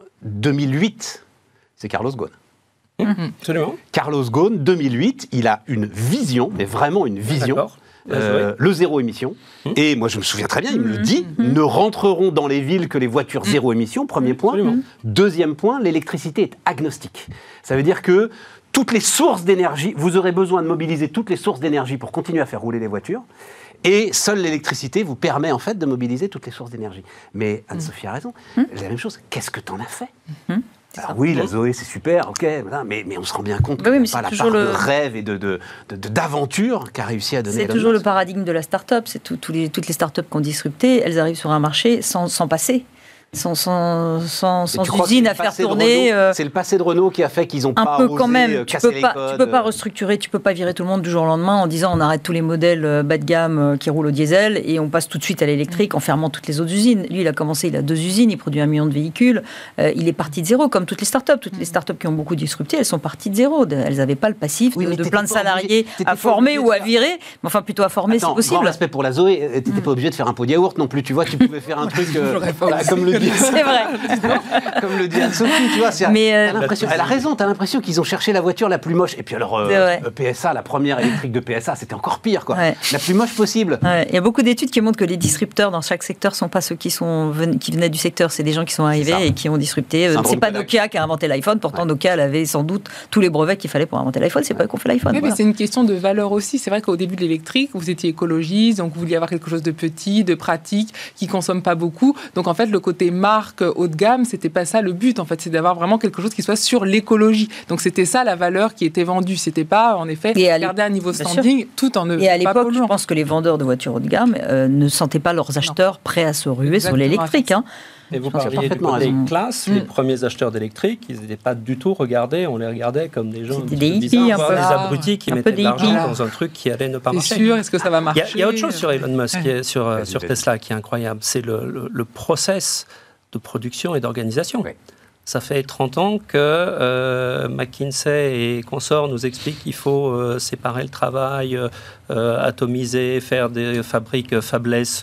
2008, c'est Carlos Ghosn. Absolument. Carlos Ghosn, 2008, il a une vision, mais vraiment une vision, le zéro émission. Et moi, je me souviens très bien, il me le dit, ne rentreront dans les villes que les voitures zéro émission, premier point. Absolument. Deuxième point, l'électricité est agnostique. Ça veut dire que toutes les sources d'énergie, vous aurez besoin de mobiliser toutes les sources d'énergie pour continuer à faire rouler les voitures. Et seule l'électricité vous permet en fait de mobiliser toutes les sources d'énergie. Mais Anne-Sophie a raison. La même chose, qu'est-ce que t'en as fait? Alors oui, la Zoé, c'est super, ok, mais on se rend bien compte que c'est pas la part de rêve et d'aventure qu'a réussi à donner. C'est toujours le paradigme de la start-up. C'est toutes les start-up qui ont disrupté, elles arrivent sur un marché sans passer. sans Tu crois que usine c'est à le faire passé de tourner. Renault, c'est le passé de Renault qui a fait qu'ils ont Un pas peu osé quand même. Tu casser les peux codes. pas restructurer, tu peux pas virer tout le monde du jour au lendemain en disant on arrête tous les modèles bas de gamme qui roulent au diesel et on passe tout de suite à l'électrique en fermant toutes les autres usines. Lui, il a commencé, il a 2 usines, il produit 1 million de véhicules. Il est parti de zéro, comme toutes les startups. Toutes les startups qui ont beaucoup disrupté, elles sont parties de zéro. Elles n'avaient pas le passif Oui, mais de t'étais plein de pas obligé- salariés t'étais à pas former obligé ou de à faire- virer. Mais enfin, plutôt à former, Attends, c'est possible. grand respect pour la Zoé, t'étais pas obligé de faire un pot de yaourt non plus, tu vois, tu pouvais faire un truc comme le dit. C'est vrai. Comme le dit Anne-Sophie, tu vois, Mais, t'as l'impression, elle a raison, t'as l'impression qu'ils ont cherché la voiture la plus moche. Et puis alors, C'est vrai. PSA, la première électrique de PSA, c'était encore pire, quoi. Ouais. La plus moche possible. Ouais, il y a beaucoup d'études qui montrent que les disrupteurs dans chaque secteur ne sont pas ceux qui venaient du secteur, c'est des gens qui sont arrivés C'est ça. et qui ont disrupté. Syndrome C'est pas Kodak. Nokia qui a inventé l'iPhone, pourtant Nokia elle avait sans doute tous les brevets qu'il fallait pour inventer l'iPhone, c'est pas eux qui ont fait l'iPhone. Oui, Voilà. mais c'est une question de valeur aussi. C'est vrai qu'au début de l'électrique, vous étiez écologiste, donc vous vouliez avoir quelque chose de petit, de pratique, qui consomme pas beaucoup. Donc en fait, le côté marque haut de gamme, c'était pas ça le but. En fait, c'est d'avoir vraiment quelque chose qui soit sur l'écologie. Donc c'était ça la valeur qui était vendue. C'était pas en effet Et garder un niveau bien standing tout en ne Et à pas l'époque, je polluant. pense que les vendeurs de voitures haut de gamme ne sentaient pas leurs acheteurs prêts à se ruer sur Exactement, l'électrique. Hein. Et vous Tu as parliez du parfaitement côté raison. classe, les premiers acheteurs d'électrique, ils n'étaient pas du tout regardés, on les regardait comme des gens un C'était petit peu des hippies, bizarres, un voire peu. des abrutis qui Un peu mettaient de des l'argent hippies. dans un truc qui allait ne pas T'es marcher. sûr, est-ce que ça va Il marcher y a autre chose sur Elon Musk, qui est sur Vas-y. Tesla, qui est incroyable, c'est le process de production et d'organisation. Oui. Ça fait 30 ans que McKinsey et consorts nous expliquent qu'il faut séparer le travail, atomiser, faire des fabriques fabless,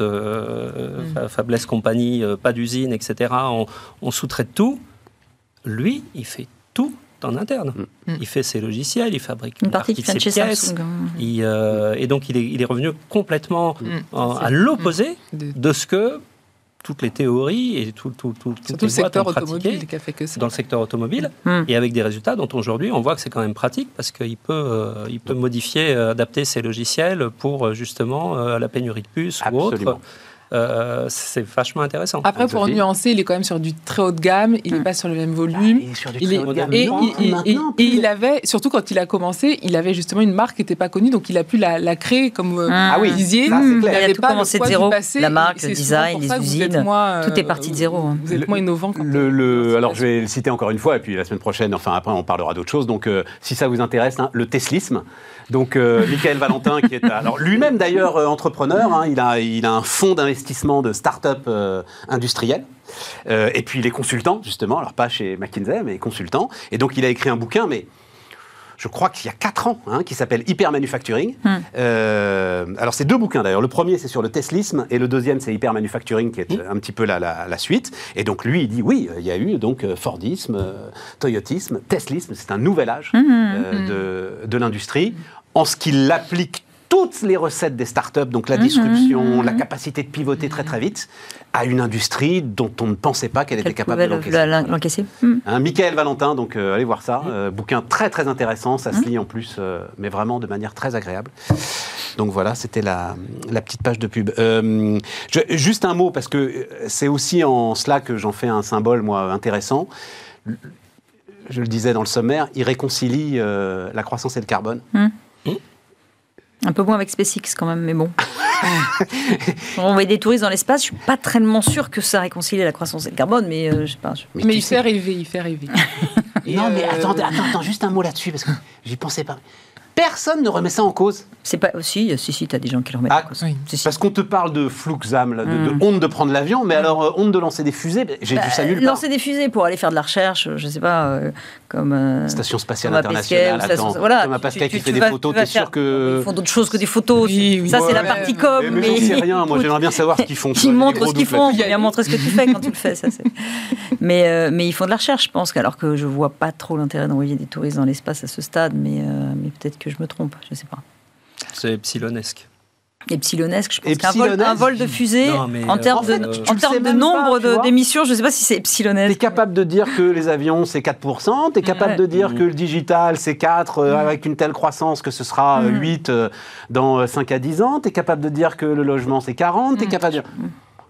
fabless compagnie, pas d'usine, etc. On sous-traite tout. Lui, il fait tout en interne. Il fait ses logiciels, il fabrique Une partie qui de ses vient de chez pièces. Samsung. Et donc, il est revenu complètement à l'opposé de ce que toutes les théories et toutes Surtout les le boîtes secteur ont pratiqué automobile qui a fait que ça. dans le secteur automobile, Mm. et avec des résultats dont aujourd'hui on voit que c'est quand même pratique parce qu'il peut modifier, adapter ses logiciels pour justement la pénurie de puces ou Absolument. autre. C'est vachement intéressant. Après, pour Anne-Sophie. nuancer, il est quand même sur du très haut de gamme, il n'est pas sur le même volume. Il est sur du Il très est- haut de gamme. et, Non, et- et- maintenant, et il avait, surtout quand il a commencé, il avait justement une marque qui n'était pas connue, donc il a pu la créer comme Ah oui, vous disiez. ça, c'est Il clair. Il a n'avait tout pas le commencé de poids du zéro. passé, La et marque, c'est le souvent design, pour les ça que vous êtes usines, moins, tout est parti de zéro, hein. Vous êtes moins innovant. Quand Alors, je vais le citer encore une fois, et puis la semaine prochaine, enfin après, on parlera d'autres choses. Donc, si ça vous intéresse, hein, le teslisme. Donc, Michael Valentin, qui est alors lui-même d'ailleurs entrepreneur, hein, il a un fonds d'investissement de start-up industriel. Et puis, il est consultant, justement, alors pas chez McKinsey, mais consultant. Et donc, il a écrit un bouquin, mais je crois qu'il y a 4 ans, hein, qui s'appelle Hyper Manufacturing. Alors, c'est 2 bouquins d'ailleurs. Le premier, c'est sur le teslisme, et le deuxième, c'est Hyper Manufacturing, qui est un petit peu la suite. Et donc, lui, il dit oui, il y a eu donc Fordisme, Toyotisme, Teslisme. C'est un nouvel âge de l'industrie, en ce qu'il applique toutes les recettes des startups, donc la disruption, la capacité de pivoter très très vite, à une industrie dont on ne pensait pas qu'elle était Qu'elle capable de pouvait l'encaisser. l'encaisser. Hein, Michael Valentin, donc allez voir ça. Bouquin très très intéressant, ça se lit en plus, mais vraiment de manière très agréable. Donc voilà, c'était la petite page de pub. Juste un mot, parce que c'est aussi en cela que j'en fais un symbole, moi, intéressant. Je le disais dans le sommaire, il réconcilie la croissance et le carbone. Un peu moins avec SpaceX quand même, mais bon. On envoie des touristes dans l'espace, je suis pas tellement sûre que ça réconcilie la croissance et le carbone, mais je sais pas. Mais tu il sais- fait rêver, il fait rêver. Et, Non, mais attends, juste un mot là-dessus, parce que j'y pensais pas. Personne ne remet ça en cause. C'est pas aussi, si, t'as des gens qui le remettent Ah, en cause. oui. Si, si. Parce qu'on te parle de Fluxam, là, de honte de prendre l'avion, mais alors honte de lancer des fusées, j'ai vu ça nulle part. Lancer des fusées pour aller faire de la recherche, je sais pas, comme. Station spatiale Thomas internationale, Pesquet, attends, voilà, Thomas Pesquet qui fait des vas- photos, tu vas t'es sûr faire- que... Ils font d'autres choses que des photos. Oui, oui. Ça, c'est la Ouais, partie ouais. com. Mais j'en sais rien, moi j'aimerais bien savoir ce qu'ils font. Ils montrent ce qu'ils font, doutes il faut bien montrer ce que tu fais quand tu le fais. Ça, mais ils font de la recherche, je pense, alors que je vois pas trop l'intérêt d'envoyer des touristes dans l'espace à ce stade, mais peut-être que je me trompe, je sais pas. C'est epsilonesque. Epsilonesque, je pense Epsilonesque. qu'un vol de fusée, Non, mais, en termes en fait, de, tu en le termes sais de même nombre pas, tu vois. d'émissions, je sais pas si c'est T'es epsilonesque. capable de dire que les avions c'est 4%, t'es capable Ouais. de dire que le digital c'est 4, avec une telle croissance que ce sera 8 dans 5 à 10 ans, t'es capable de dire que le logement c'est 40, t'es capable de dire...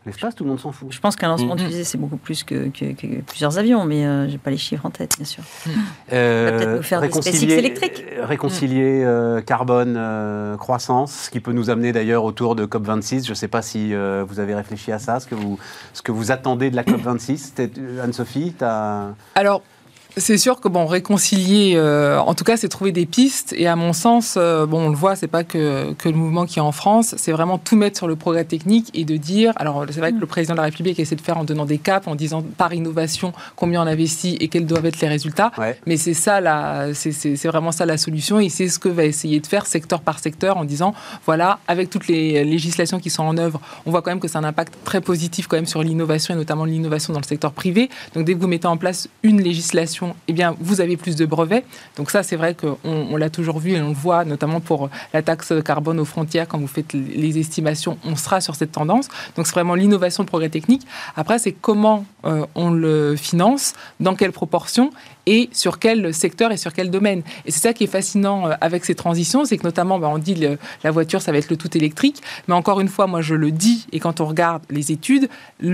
L'espace, tout le monde s'en fout. Je pense qu'un lancement de fusée, c'est beaucoup plus que plusieurs avions, mais je n'ai pas les chiffres en tête, bien sûr. Peut-être nous faire des SpaceX électriques. Réconcilier carbone, croissance, ce qui peut nous amener d'ailleurs autour de COP26. Je ne sais pas si vous avez réfléchi à ça, ce que vous attendez de la COP26. Anne-Sophie, Alors, c'est sûr que réconcilier, en tout cas, c'est trouver des pistes. Et à mon sens, on le voit, c'est pas que le mouvement qui est en France, c'est vraiment tout mettre sur le progrès technique et de dire. Alors, c'est vrai que le président de la République essaie de faire en donnant des caps, en disant par innovation combien on investit et quels doivent être les résultats. Ouais. Mais c'est ça, c'est vraiment ça la solution. Et c'est ce que va essayer de faire secteur par secteur en disant voilà, avec toutes les législations qui sont en œuvre, on voit quand même que c'est un impact très positif quand même sur l'innovation et notamment l'innovation dans le secteur privé. Donc, dès que vous mettez en place une législation, eh bien, vous avez plus de brevets. Donc ça, c'est vrai qu'on l'a toujours vu et on le voit, notamment pour la taxe carbone aux frontières. Quand vous faites les estimations, on sera sur cette tendance. Donc c'est vraiment l'innovation, le progrès technique. Après, c'est comment on le finance, dans quelle proportion et sur quel secteur et sur quel domaine. Et c'est ça qui est fascinant avec ces transitions, c'est que notamment, on dit la voiture, ça va être le tout électrique, mais encore une fois, moi je le dis, et quand on regarde les études,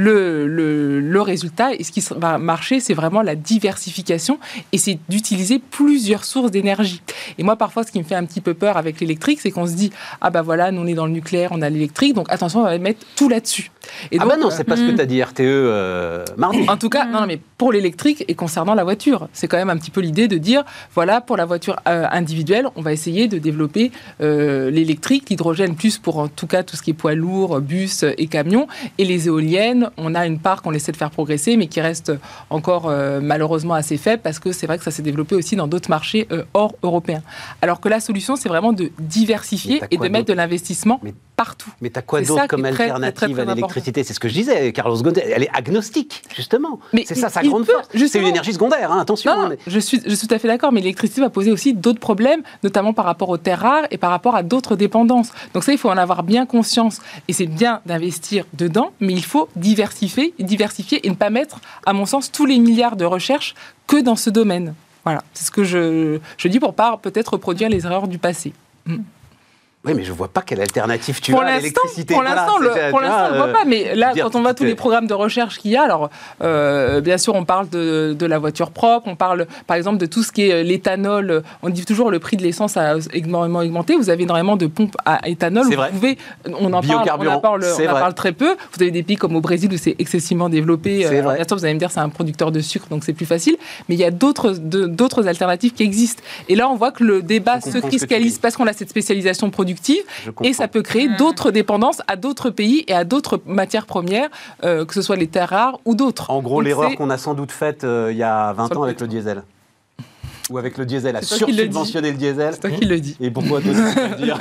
le résultat, et ce qui va marcher, c'est vraiment la diversification, et c'est d'utiliser plusieurs sources d'énergie. Et moi, parfois, ce qui me fait un petit peu peur avec l'électrique, c'est qu'on se dit, voilà, nous on est dans le nucléaire, on a l'électrique, donc attention, on va mettre tout là-dessus. Et donc, non, c'est pas ce que tu as dit RTE mardi. En tout cas, non, mais pour l'électrique et concernant la voiture, c'est quand même un petit peu l'idée de dire, voilà, pour la voiture individuelle, on va essayer de développer l'électrique, l'hydrogène plus pour en tout cas tout ce qui est poids lourds, bus et camions. Et les éoliennes, on a une part qu'on essaie de faire progresser, mais qui reste encore malheureusement assez faible parce que c'est vrai que ça s'est développé aussi dans d'autres marchés hors européens. Alors que la solution, c'est vraiment de diversifier et de mettre de l'investissement partout. Mais tu as quoi d'autre comme alternative à l'électricité ? C'est ce que je disais, Carlos Ghosn, elle est agnostique, justement. Mais c'est ça sa grande force. C'est une énergie secondaire, hein, attention. Non, je suis tout à fait d'accord, mais l'électricité va poser aussi d'autres problèmes, notamment par rapport aux terres rares et par rapport à d'autres dépendances. Donc ça, il faut en avoir bien conscience. Et c'est bien d'investir dedans, mais il faut diversifier et ne pas mettre, à mon sens, tous les milliards de recherche que dans ce domaine. Voilà, c'est ce que je dis pour pas peut-être reproduire les erreurs du passé. Oui, mais je ne vois pas quelle alternative tu as à l'électricité. Pour l'instant, on ne le voit pas. Mais là, quand on voit tous les programmes de recherche qu'il y a, alors, bien sûr, on parle de la voiture propre, on parle, par exemple, de tout ce qui est l'éthanol. On dit toujours le prix de l'essence a énormément augmenté. Vous avez énormément de pompes à éthanol. C'est vrai. On en parle très peu. Vous avez des pays comme au Brésil où c'est excessivement développé. Bien sûr, vous allez me dire c'est un producteur de sucre, donc c'est plus facile. Mais il y a d'autres alternatives qui existent. Et là, on voit que le débat se cristallise parce qu'on a cette spécialisation productive. Et ça peut créer d'autres dépendances à d'autres pays et à d'autres matières premières, que ce soit les terres rares ou d'autres. En gros, l'erreur qu'on a sans doute faite il y a 20 ans avec le diesel. Ou avec le diesel, à sursubventionner le diesel. C'est toi qui le dis. Et pourquoi toi tu peux le dire?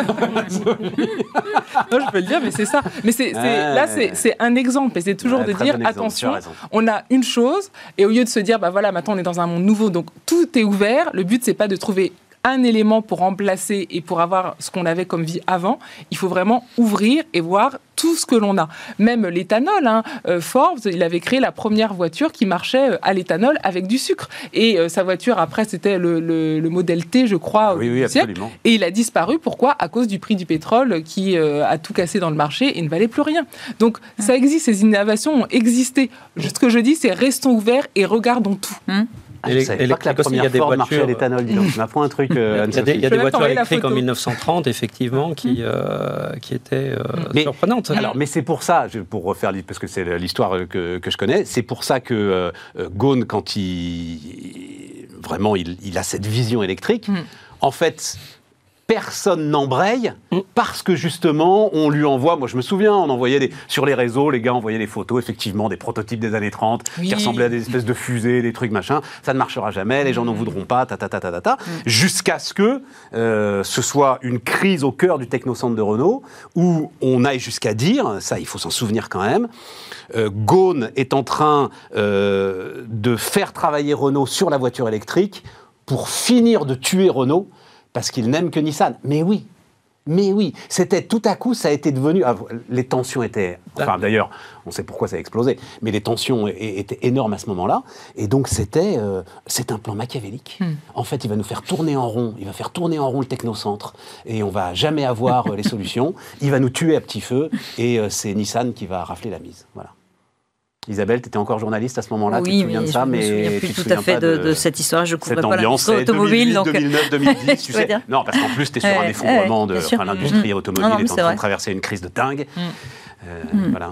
Non, je peux le dire, mais c'est ça. Mais là, c'est un exemple. Et c'est toujours de dire, attention, on a une chose, et au lieu de se dire, voilà, maintenant on est dans un monde nouveau, donc tout est ouvert, le but, c'est pas de trouver un élément pour remplacer et pour avoir ce qu'on avait comme vie avant. Il faut vraiment ouvrir et voir tout ce que l'on a. Même l'éthanol, Ford, il avait créé la première voiture qui marchait à l'éthanol avec du sucre. Et sa voiture, après, c'était le modèle T, je crois, oui, absolument. Et il a disparu. Pourquoi ? À cause du prix du pétrole qui a tout cassé dans le marché et ne valait plus rien. Donc, ça existe, ces innovations ont existé. Ce que je dis, c'est restons ouverts et regardons tout. Je ne savais pas que la première Ford marchait à l'éthanol. Tu m'apprends un truc, Anne-Sophie. Il y a des voitures électriques en 1930, effectivement, qui étaient surprenantes. Alors, mais c'est pour ça, pour refaire, parce que c'est l'histoire que je connais, c'est pour ça que Ghosn, quand il a cette vision électrique, en fait, personne n'embraye parce que justement, on lui envoie, moi je me souviens, on envoyait sur les réseaux, les gars envoyaient des photos, effectivement, des prototypes des années 30 qui ressemblaient à des espèces de fusées, des trucs machin, ça ne marchera jamais, les gens n'en voudront pas, jusqu'à ce que ce soit une crise au cœur du technocentre de Renault, où on aille jusqu'à dire, ça il faut s'en souvenir quand même, Ghosn est en train de faire travailler Renault sur la voiture électrique pour finir de tuer Renault, parce qu'il n'aime que Nissan. Mais oui, Mais oui, c'était tout à coup, ça a été devenu... les tensions étaient... Enfin, d'ailleurs, on sait pourquoi ça a explosé, mais les tensions étaient énormes à ce moment-là. Et donc, c'est un plan machiavélique. En fait, il va nous faire tourner en rond. Il va faire tourner en rond le technocentre. Et on va jamais avoir les solutions. Il va nous tuer à petit feu. Et c'est Nissan qui va rafler la mise. Voilà. Isabelle, tu étais encore journaliste à ce moment-là, oui, tu te souviens de ça, mais je ne me souviens plus tout à fait de cette histoire. Je ne couvrais pas l'industrie automobile. 2009, 2010, tu sais. Non, parce qu'en plus, tu es sur un effondrement de l'industrie automobile est en train de traverser une crise de dingue. Voilà.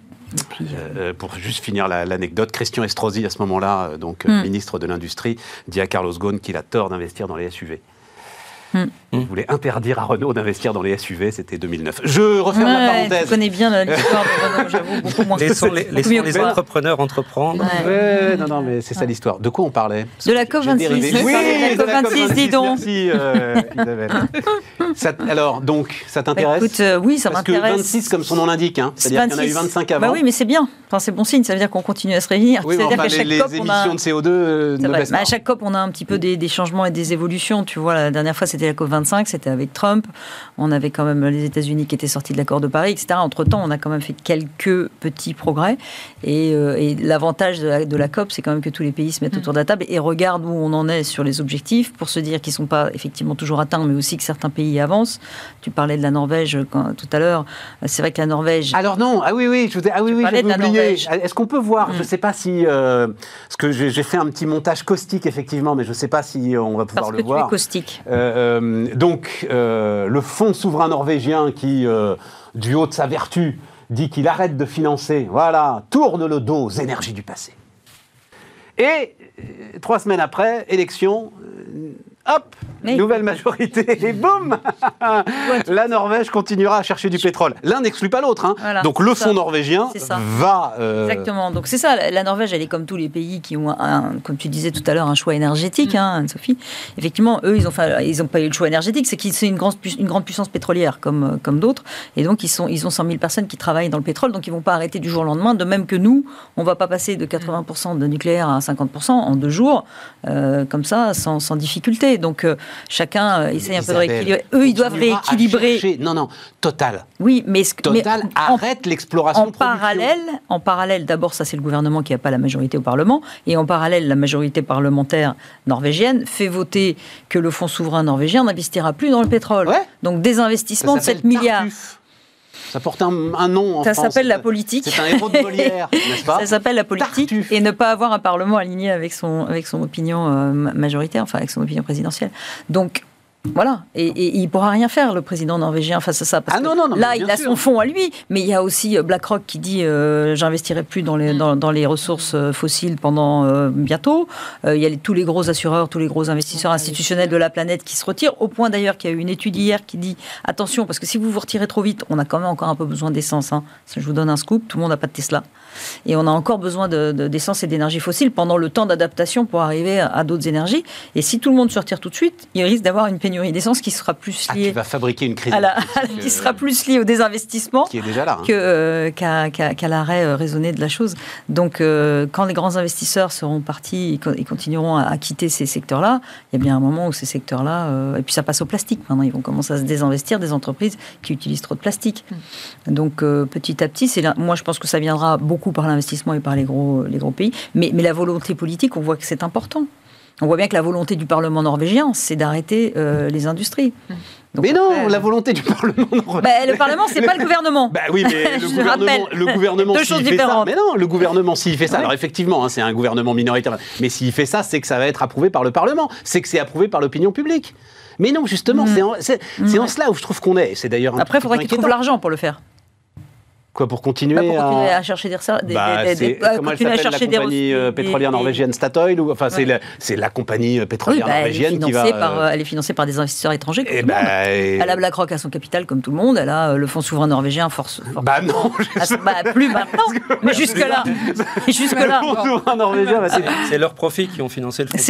Pour juste finir l'anecdote, Christian Estrosi, à ce moment-là, donc ministre de l'Industrie, dit à Carlos Ghosn qu'il a tort d'investir dans les SUV. Il voulait interdire à Renault d'investir dans les SUV, c'était 2009. Je referme la parenthèse. Tu connais bien l'histoire de Renault, j'avoue, beaucoup moins. Laissons les entrepreneurs entreprendre. Non, mais c'est ça l'histoire. De quoi on parlait? De la COP26. Oui, de la COP26, dis donc. Merci Isabelle. Alors, donc, ça t'intéresse? Écoute, oui, ça m'intéresse. Parce que 26, comme son nom l'indique, c'est-à-dire qu'il y en a eu 25 avant. Bah oui, mais c'est bien. Enfin, c'est bon signe, ça veut dire qu'on continue à se réunir. Oui, mais enfin, les émissions de CO2 ne baissent pas. À chaque COP, on a un petit peu des changements et des évolutions. Tu vois, la dernière fois, c'était la COP25, c'était avec Trump. On avait quand même les États-Unis qui étaient sortis de l'accord de Paris, etc. Entre-temps, on a quand même fait quelques petits progrès. Et l'avantage de la COP, c'est quand même que tous les pays se mettent autour de la table et regardent où on en est sur les objectifs pour se dire qu'ils ne sont pas effectivement toujours atteints, mais aussi que certains pays avancent. Tu parlais de la Norvège tout à l'heure. C'est vrai que la Norvège... Alors non, j'avais oublié. Est-ce qu'on peut voir, je ne sais pas si... parce que j'ai fait un petit montage caustique, effectivement, mais je ne sais pas si on va pouvoir le voir. Parce que tu es caustique. Donc, le fonds souverain norvégien qui, du haut de sa vertu, dit qu'il arrête de financer, tourne le dos aux énergies du passé. Et 3 semaines après, élection... Hop, nouvelle majorité, et boum, la Norvège continuera à chercher du pétrole. L'un n'exclut pas l'autre. Voilà, donc le fonds norvégien va... Exactement, donc c'est ça, la Norvège, elle est comme tous les pays qui ont, comme tu disais tout à l'heure, un choix énergétique, Anne-Sophie. Effectivement, eux, ils n'ont pas eu le choix énergétique, c'est qu'ils sont une grande puissance pétrolière comme d'autres, et donc ils ont 100 000 personnes qui travaillent dans le pétrole, donc ils ne vont pas arrêter du jour au lendemain, de même que nous, on ne va pas passer de 80% de nucléaire à 50% en 2 jours, comme ça, sans difficulté. Donc chacun essaye un peu de rééquilibrer. Eux, ils doivent rééquilibrer. Non, Total. Oui, mais Total arrête l'exploration de production. En parallèle, d'abord, ça c'est le gouvernement qui n'a pas la majorité au Parlement, et en parallèle, la majorité parlementaire norvégienne fait voter que le fonds souverain norvégien n'investira plus dans le pétrole. Ouais. Donc des investissements de 7 milliards. Ça porte un nom en France. Ça s'appelle la politique. C'est un héros de Molière, n'est-ce pas? Ça s'appelle la politique. Tartuffe. Et ne pas avoir un Parlement aligné avec son opinion majoritaire, enfin avec son opinion présidentielle. Donc, voilà. Et il ne pourra rien faire, le président norvégien, face à ça. Parce que là, il a son fonds à lui, mais il y a aussi BlackRock qui dit j'investirai plus dans les ressources fossiles pendant bientôt. Il y a tous les gros assureurs, tous les gros investisseurs institutionnels de la planète qui se retirent, au point d'ailleurs qu'il y a eu une étude hier qui dit attention, parce que si vous vous retirez trop vite, on a quand même encore un peu besoin d'essence. Je vous donne un scoop, tout le monde n'a pas de Tesla. Et on a encore besoin d'essence et d'énergie fossile pendant le temps d'adaptation pour arriver à d'autres énergies. Et si tout le monde se retire tout de suite, il risque d'avoir une pénurie d'essence qui sera plus liée... qui va fabriquer une crise. Qui sera plus liée au désinvestissement qui est déjà là, qu'à l'arrêt raisonné de la chose. Donc, quand les grands investisseurs seront partis et continueront à quitter ces secteurs-là, il y a bien un moment où ces secteurs-là... et puis ça passe au plastique maintenant. Ils vont commencer à se désinvestir des entreprises qui utilisent trop de plastique. Donc, petit à petit, moi je pense que ça viendra beaucoup par l'investissement et par les gros pays. Mais la volonté politique, on voit que c'est important. On voit bien que la volonté du Parlement norvégien, c'est d'arrêter les industries. Donc mais non, la volonté du Parlement norvégien... le Parlement, c'est pas le gouvernement. Oui, mais le gouvernement s'il fait ça... Mais non, le gouvernement, s'il fait ça... Alors effectivement, c'est un gouvernement minoritaire. Mais s'il fait ça, c'est que ça va être approuvé par le Parlement. C'est que c'est approuvé par l'opinion publique. Mais non, justement, c'est en cela où je trouve qu'on est. C'est d'ailleurs Après, il faudrait qu'ils trouvent l'argent pour le faire. Quoi, pour continuer à chercher des ressources comment elle s'appelle, la compagnie pétrolière norvégienne Statoil ou, enfin, c'est la compagnie pétrolière norvégienne qui va... elle est financée par des investisseurs étrangers comme tout le monde. Elle a BlackRock à son capital comme tout le monde, elle a le fonds souverain norvégien non plus maintenant, mais jusque-là. Le fonds souverain norvégien, c'est leurs profits qui ont financé le fonds.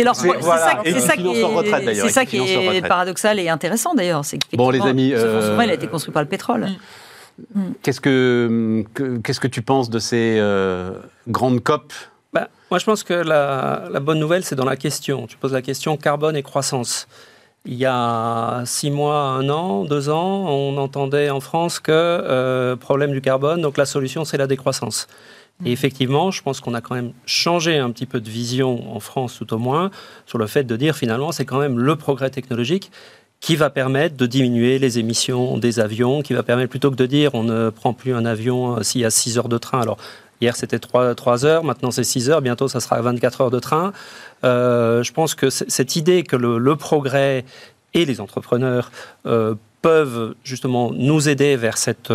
C'est ça qui est paradoxal et intéressant d'ailleurs. Bon les amis... Ce fonds souverain, il a été construit par le pétrole. Qu'est-ce que tu penses de ces grandes COP? Moi, je pense que la bonne nouvelle, c'est dans la question. Tu poses la question carbone et croissance. Il y a 6 mois, 1 an, 2 ans, on entendait en France que problème du carbone, donc la solution c'est la décroissance. Et effectivement, je pense qu'on a quand même changé un petit peu de vision en France, tout au moins, sur le fait de dire finalement c'est quand même le progrès technologique qui va permettre de diminuer les émissions des avions, qui va permettre plutôt que de dire on ne prend plus un avion s'il y a 6 heures de train. Alors hier c'était 3 heures, maintenant c'est 6 heures, bientôt ça sera 24 heures de train. Je pense que cette idée que le progrès et les entrepreneurs peuvent justement nous aider vers cette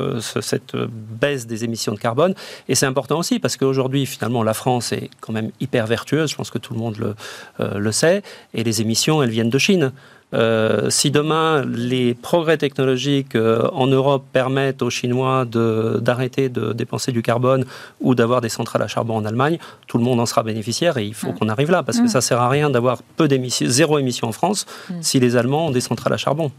baisse des émissions de carbone. Et c'est important aussi parce qu'aujourd'hui, finalement, la France est quand même hyper vertueuse, je pense que tout le monde le sait, et les émissions, elles viennent de Chine. Si demain, les progrès technologiques en Europe permettent aux Chinois d'arrêter de dépenser du carbone ou d'avoir des centrales à charbon en Allemagne, tout le monde en sera bénéficiaire et il faut qu'on arrive là, parce que ça ne sert à rien d'avoir zéro émission en France si les Allemands ont des centrales à charbon.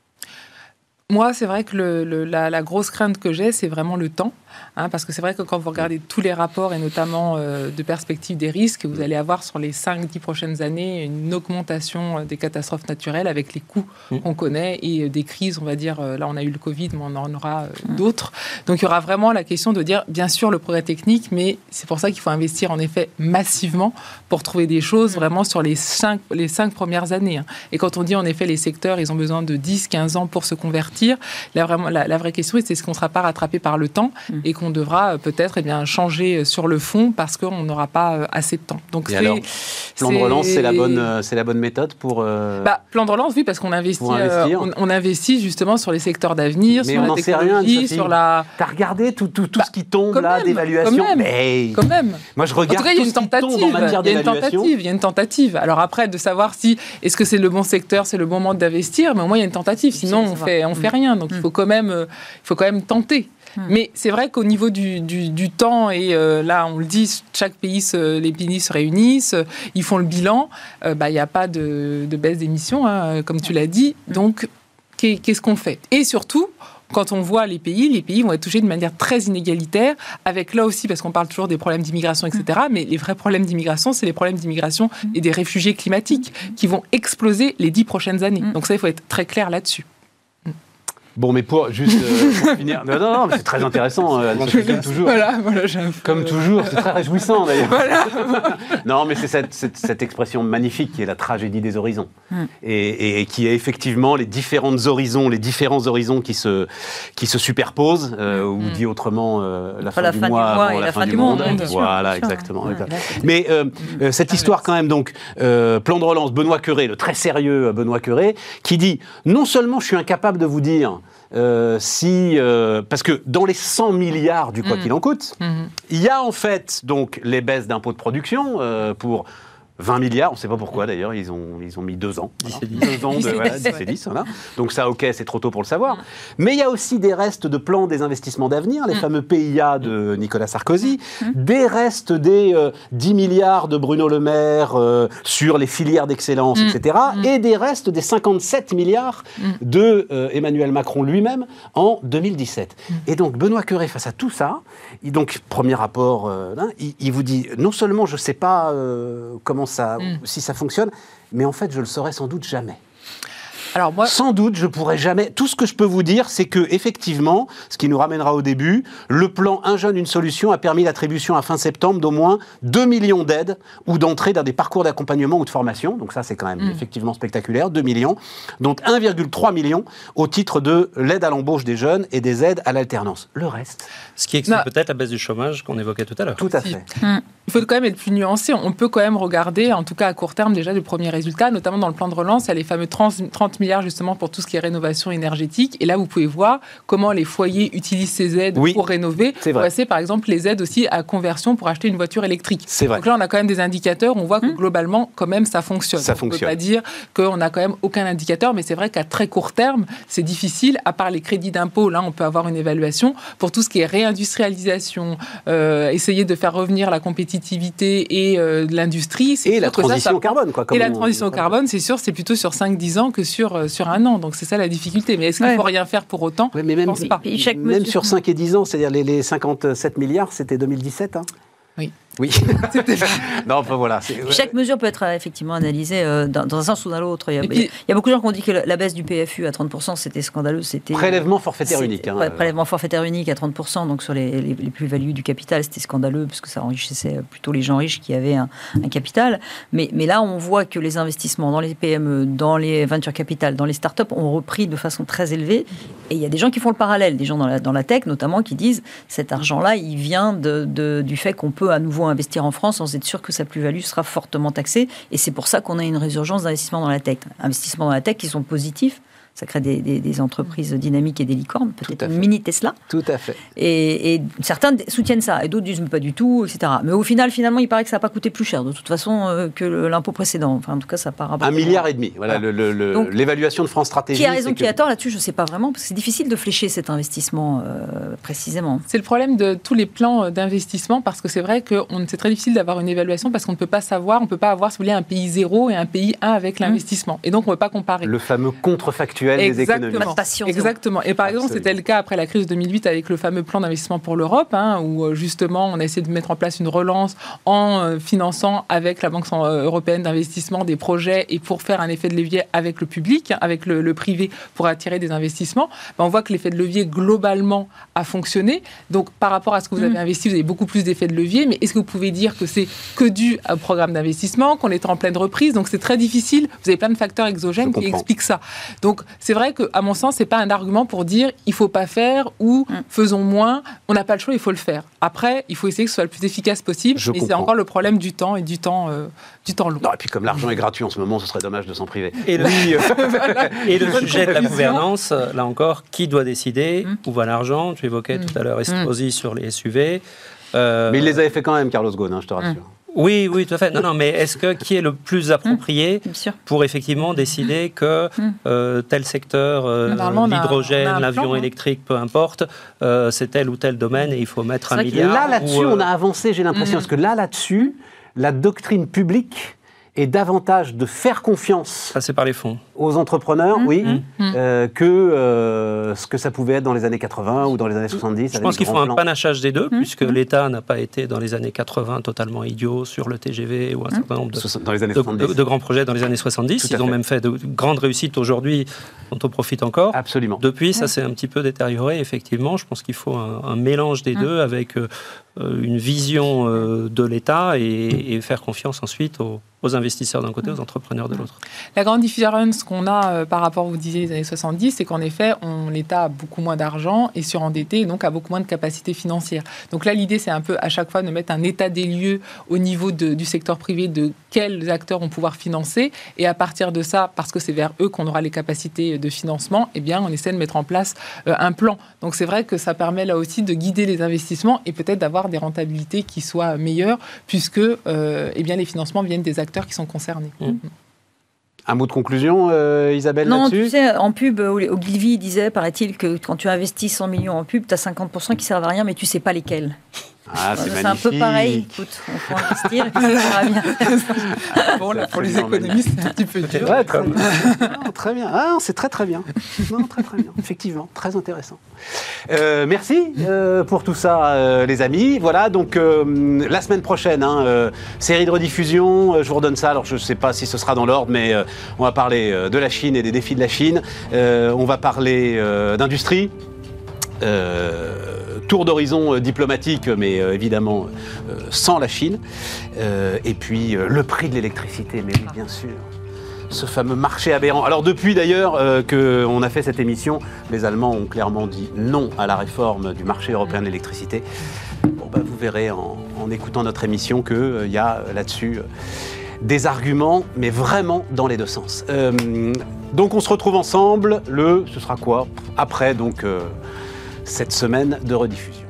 Moi, c'est vrai que la grosse crainte que j'ai, c'est vraiment le temps. Parce que c'est vrai que quand vous regardez tous les rapports, et notamment de perspective des risques, vous allez avoir sur les 5-10 prochaines années une augmentation des catastrophes naturelles avec les coûts qu'on connaît et des crises, on va dire, là on a eu le Covid, mais on en aura d'autres. Donc il y aura vraiment la question de dire, bien sûr, le progrès technique, mais c'est pour ça qu'il faut investir en effet massivement pour trouver des choses vraiment sur les 5 premières années. Et quand on dit en effet les secteurs, ils ont besoin de 10-15 ans pour se convertir, là, vraiment, la vraie question, c'est est-ce qu'on ne sera pas rattrapé par le temps et qu'on devra peut-être changer sur le fond parce qu'on n'aura pas assez de temps. Donc alors, plan de relance, c'est la bonne méthode pour... plan de relance, oui, parce qu'on investit, on investit justement sur les secteurs d'avenir, mais sur la technologie, sur la... T'as regardé tout ce qui tombe là, d'évaluation? Quand même. Moi, je regarde tout ce qui tombe en matière d'évaluation. Il y a une tentative. Alors après, de savoir est-ce que c'est le bon secteur, c'est le bon moment d'investir, mais au moins il y a une tentative. Sinon, on fait rien. Donc il faut quand même tenter. Mais c'est vrai qu'au niveau du temps, et là on le dit, chaque pays, les pays se réunissent, ils font le bilan, il n'y a pas de baisse d'émissions, comme tu l'as dit, donc qu'est-ce qu'on fait? Et surtout, quand on voit les pays vont être touchés de manière très inégalitaire, avec là aussi, parce qu'on parle toujours des problèmes d'immigration, etc., mais les vrais problèmes d'immigration, c'est les problèmes d'immigration et des réfugiés climatiques qui vont exploser les 10 prochaines années. Donc ça, il faut être très clair là-dessus. Bon, mais pour finir... Non, mais c'est très intéressant, comme toujours. Voilà, comme toujours, c'est très réjouissant, d'ailleurs. Voilà. Non, mais c'est cette expression magnifique qui est la tragédie des horizons. Et qui est effectivement les différents horizons qui se superposent, ou dit autrement, la fin du mois avant la fin du monde. Voilà, exactement. Mais cette histoire, quand même, donc, plan de relance, Benoît Cœuré, le très sérieux Benoît Cœuré, qui dit, non seulement je suis incapable de vous dire parce que dans les 100 milliards du quoi qu'il en coûte, il y a en fait donc les baisses d'impôts de production pour 20 milliards, on ne sait pas pourquoi d'ailleurs, ils ont mis 2 ans. 10 ans de 10 et 10, voilà. Donc ça, ok, c'est trop tôt pour le savoir. Mais il y a aussi des restes de plans des investissements d'avenir, les fameux PIA de Nicolas Sarkozy, des restes des 10 milliards de Bruno Le Maire sur les filières d'excellence, etc. Et des restes des 57 milliards de Emmanuel Macron lui-même en 2017. Et donc Benoît Cœuré, face à tout ça, donc premier rapport, il vous dit, non seulement je ne sais pas si ça fonctionne, mais en fait, je le saurais sans doute jamais. Alors moi... Sans doute, je pourrais jamais... Tout ce que je peux vous dire, c'est que effectivement, ce qui nous ramènera au début, le plan Un jeune, une solution a permis l'attribution à fin septembre d'au moins 2 millions d'aides ou d'entrées dans des parcours d'accompagnement ou de formation. Donc ça, c'est quand même effectivement spectaculaire, 2 millions. Donc 1,3 million au titre de l'aide à l'embauche des jeunes et des aides à l'alternance. Le reste... Ce qui explique peut-être la baisse du chômage qu'on évoquait tout à l'heure. Tout à fait. Il faut quand même être plus nuancé. On peut quand même regarder, en tout cas à court terme, déjà les premiers résultats, notamment dans le plan de relance. Il y a les fameux 30 milliards justement pour tout ce qui est rénovation énergétique. Et là, vous pouvez voir comment les foyers utilisent ces aides pour rénover. C'est vrai. C'est par exemple les aides aussi à conversion pour acheter une voiture électrique. C'est vrai. Donc là, on a quand même des indicateurs. On voit que globalement, quand même, ça fonctionne. On ne peut pas dire qu'on n'a quand même aucun indicateur, mais c'est vrai qu'à très court terme, c'est difficile. À part les crédits d'impôt, là, on peut avoir une évaluation. Pour tout ce qui est réindustrialisation, essayer de faire revenir la compétitivité et de l'industrie. Et la transition au carbone, quoi. Et la transition au carbone, c'est sûr, c'est plutôt sur 5-10 ans que sur un an. Donc c'est ça la difficulté. Mais est-ce qu'il ne faut rien faire pour autant? Mais même, je pense pas. Même sur 5 et 10 ans, c'est-à-dire les 57 milliards, c'était 2017, hein. Oui. Oui. Non, enfin voilà. Chaque mesure peut être effectivement analysée dans un sens ou dans l'autre. Il y a beaucoup de gens qui ont dit que la baisse du PFU à 30%, c'était scandaleux. Prélèvement forfaitaire unique. Prélèvement forfaitaire unique à 30%, donc sur les plus-values du capital, c'était scandaleux parce que ça enrichissait plutôt les gens riches qui avaient un capital. Mais là, on voit que les investissements dans les PME, dans les venture capital, dans les startups ont repris de façon très élevée. Et il y a des gens qui font le parallèle, des gens dans la tech notamment, qui disent cet argent-là, il vient du fait qu'on peut à nouveau investir en France sans être sûr que sa plus-value sera fortement taxée. Et c'est pour ça qu'on a une résurgence d'investissements dans la tech. Investissements dans la tech qui sont positifs. Ça crée des entreprises dynamiques et des licornes, peut-être une mini Tesla. Tout à fait. Et certains soutiennent ça, et d'autres disent pas du tout, etc. Mais au final, finalement, il paraît que ça n'a pas coûté plus cher, de toute façon, que l'impôt précédent. Enfin, en tout cas, ça part à 1,5 milliard. Voilà, donc, l'évaluation de France Stratégie. Qui a raison, qui a tort là-dessus, je ne sais pas vraiment, parce que c'est difficile de flécher cet investissement précisément. C'est le problème de tous les plans d'investissement, parce que c'est vrai que c'est très difficile d'avoir une évaluation, parce qu'on ne peut pas savoir, on ne peut pas avoir, si vous voulez, un pays 0 et un pays 1 avec l'investissement. Et donc, on ne peut pas comparer. Le fameux contrefactuel des économies. Exactement. Et par exemple, c'était le cas après la crise de 2008 avec le fameux plan d'investissement pour l'Europe, où justement, on a essayé de mettre en place une relance en finançant avec la Banque européenne d'investissement des projets et pour faire un effet de levier avec le public, avec le privé pour attirer des investissements. On voit que l'effet de levier, globalement, a fonctionné. Donc, par rapport à ce que vous avez investi, vous avez beaucoup plus d'effet de levier. Mais est-ce que vous pouvez dire que c'est que dû au programme d'investissement, qu'on est en pleine reprise? Donc, c'est très difficile. Vous avez plein de facteurs exogènes qui expliquent ça. Donc, c'est vrai qu'à mon sens, c'est pas un argument pour dire il faut pas faire ou faisons moins. On n'a pas le choix, il faut le faire. Après, il faut essayer que ce soit le plus efficace possible. Et c'est encore le problème du temps et du temps long. Non, et puis comme l'argent est gratuit en ce moment, ce serait dommage de s'en priver. Et le sujet de la gouvernance, là encore, qui doit décider où va l'argent? Tu évoquais tout à l'heure Estrosi sur les SUV. Mais il les avait fait quand même, Carlos Ghosn, je te rassure. Oui, tout à fait. Non, mais est-ce que qui est le plus approprié pour effectivement décider que tel secteur, l'hydrogène, l'avion électrique, peu importe, c'est tel ou tel domaine et il faut mettre 1 milliard. Là-dessus, on a avancé, j'ai l'impression, parce que là-dessus, la doctrine publique est davantage de faire confiance par les fonds aux entrepreneurs, que ce que ça pouvait être dans les années 80 ou dans les années 70. Je pense qu'il faut un panachage des deux, puisque l'État n'a pas été dans les années 80 totalement idiot sur le TGV ou un certain nombre de grands projets dans les années 70. Ils ont même fait de grandes réussites aujourd'hui dont on profite encore. Absolument. Depuis, ça s'est un petit peu détérioré, effectivement. Je pense qu'il faut un mélange des deux avec une vision de l'État et faire confiance ensuite aux investisseurs d'un côté, aux entrepreneurs de l'autre. La grande différence qu'on a par rapport, vous disiez, les années 70, c'est qu'en effet, l'État a beaucoup moins d'argent, est surendetté et donc a beaucoup moins de capacité financière. Donc là, l'idée, c'est un peu à chaque fois de mettre un état des lieux au niveau du secteur privé de quels acteurs vont pouvoir financer. Et à partir de ça, parce que c'est vers eux qu'on aura les capacités de financement, eh bien, on essaie de mettre en place un plan. Donc c'est vrai que ça permet là aussi de guider les investissements et peut-être d'avoir des rentabilités qui soient meilleures puisque les financements viennent des acteurs qui sont concernés. Un mot de conclusion, Isabelle, non, là-dessus? Tu sais, en pub, Ogilvy disait, paraît-il, que quand tu investis 100 millions en pub, tu as 50% qui servent à rien, mais tu ne sais pas lesquels. C'est un peu pareil. Écoute, on faut investir et puis ça ira bien. Bon, là, pour les économistes, c'est un petit peu dur. Ouais, très bien. C'est très bien. Non, très bien. Effectivement, très intéressant. Merci pour tout ça, les amis. Voilà, donc la semaine prochaine, série de rediffusion. Je vous redonne ça. Alors, je ne sais pas si ce sera dans l'ordre, mais on va parler de la Chine et des défis de la Chine. On va parler d'industrie. Tour d'horizon diplomatique, mais évidemment sans la Chine. Et puis le prix de l'électricité, mais oui, bien sûr. Ce fameux marché aberrant. Alors depuis d'ailleurs qu'on a fait cette émission, les Allemands ont clairement dit non à la réforme du marché européen de l'électricité. Vous verrez en écoutant notre émission qu'il y a là-dessus des arguments, mais vraiment dans les deux sens. Donc on se retrouve ensemble, ce sera quoi? Après donc cette semaine de rediffusion.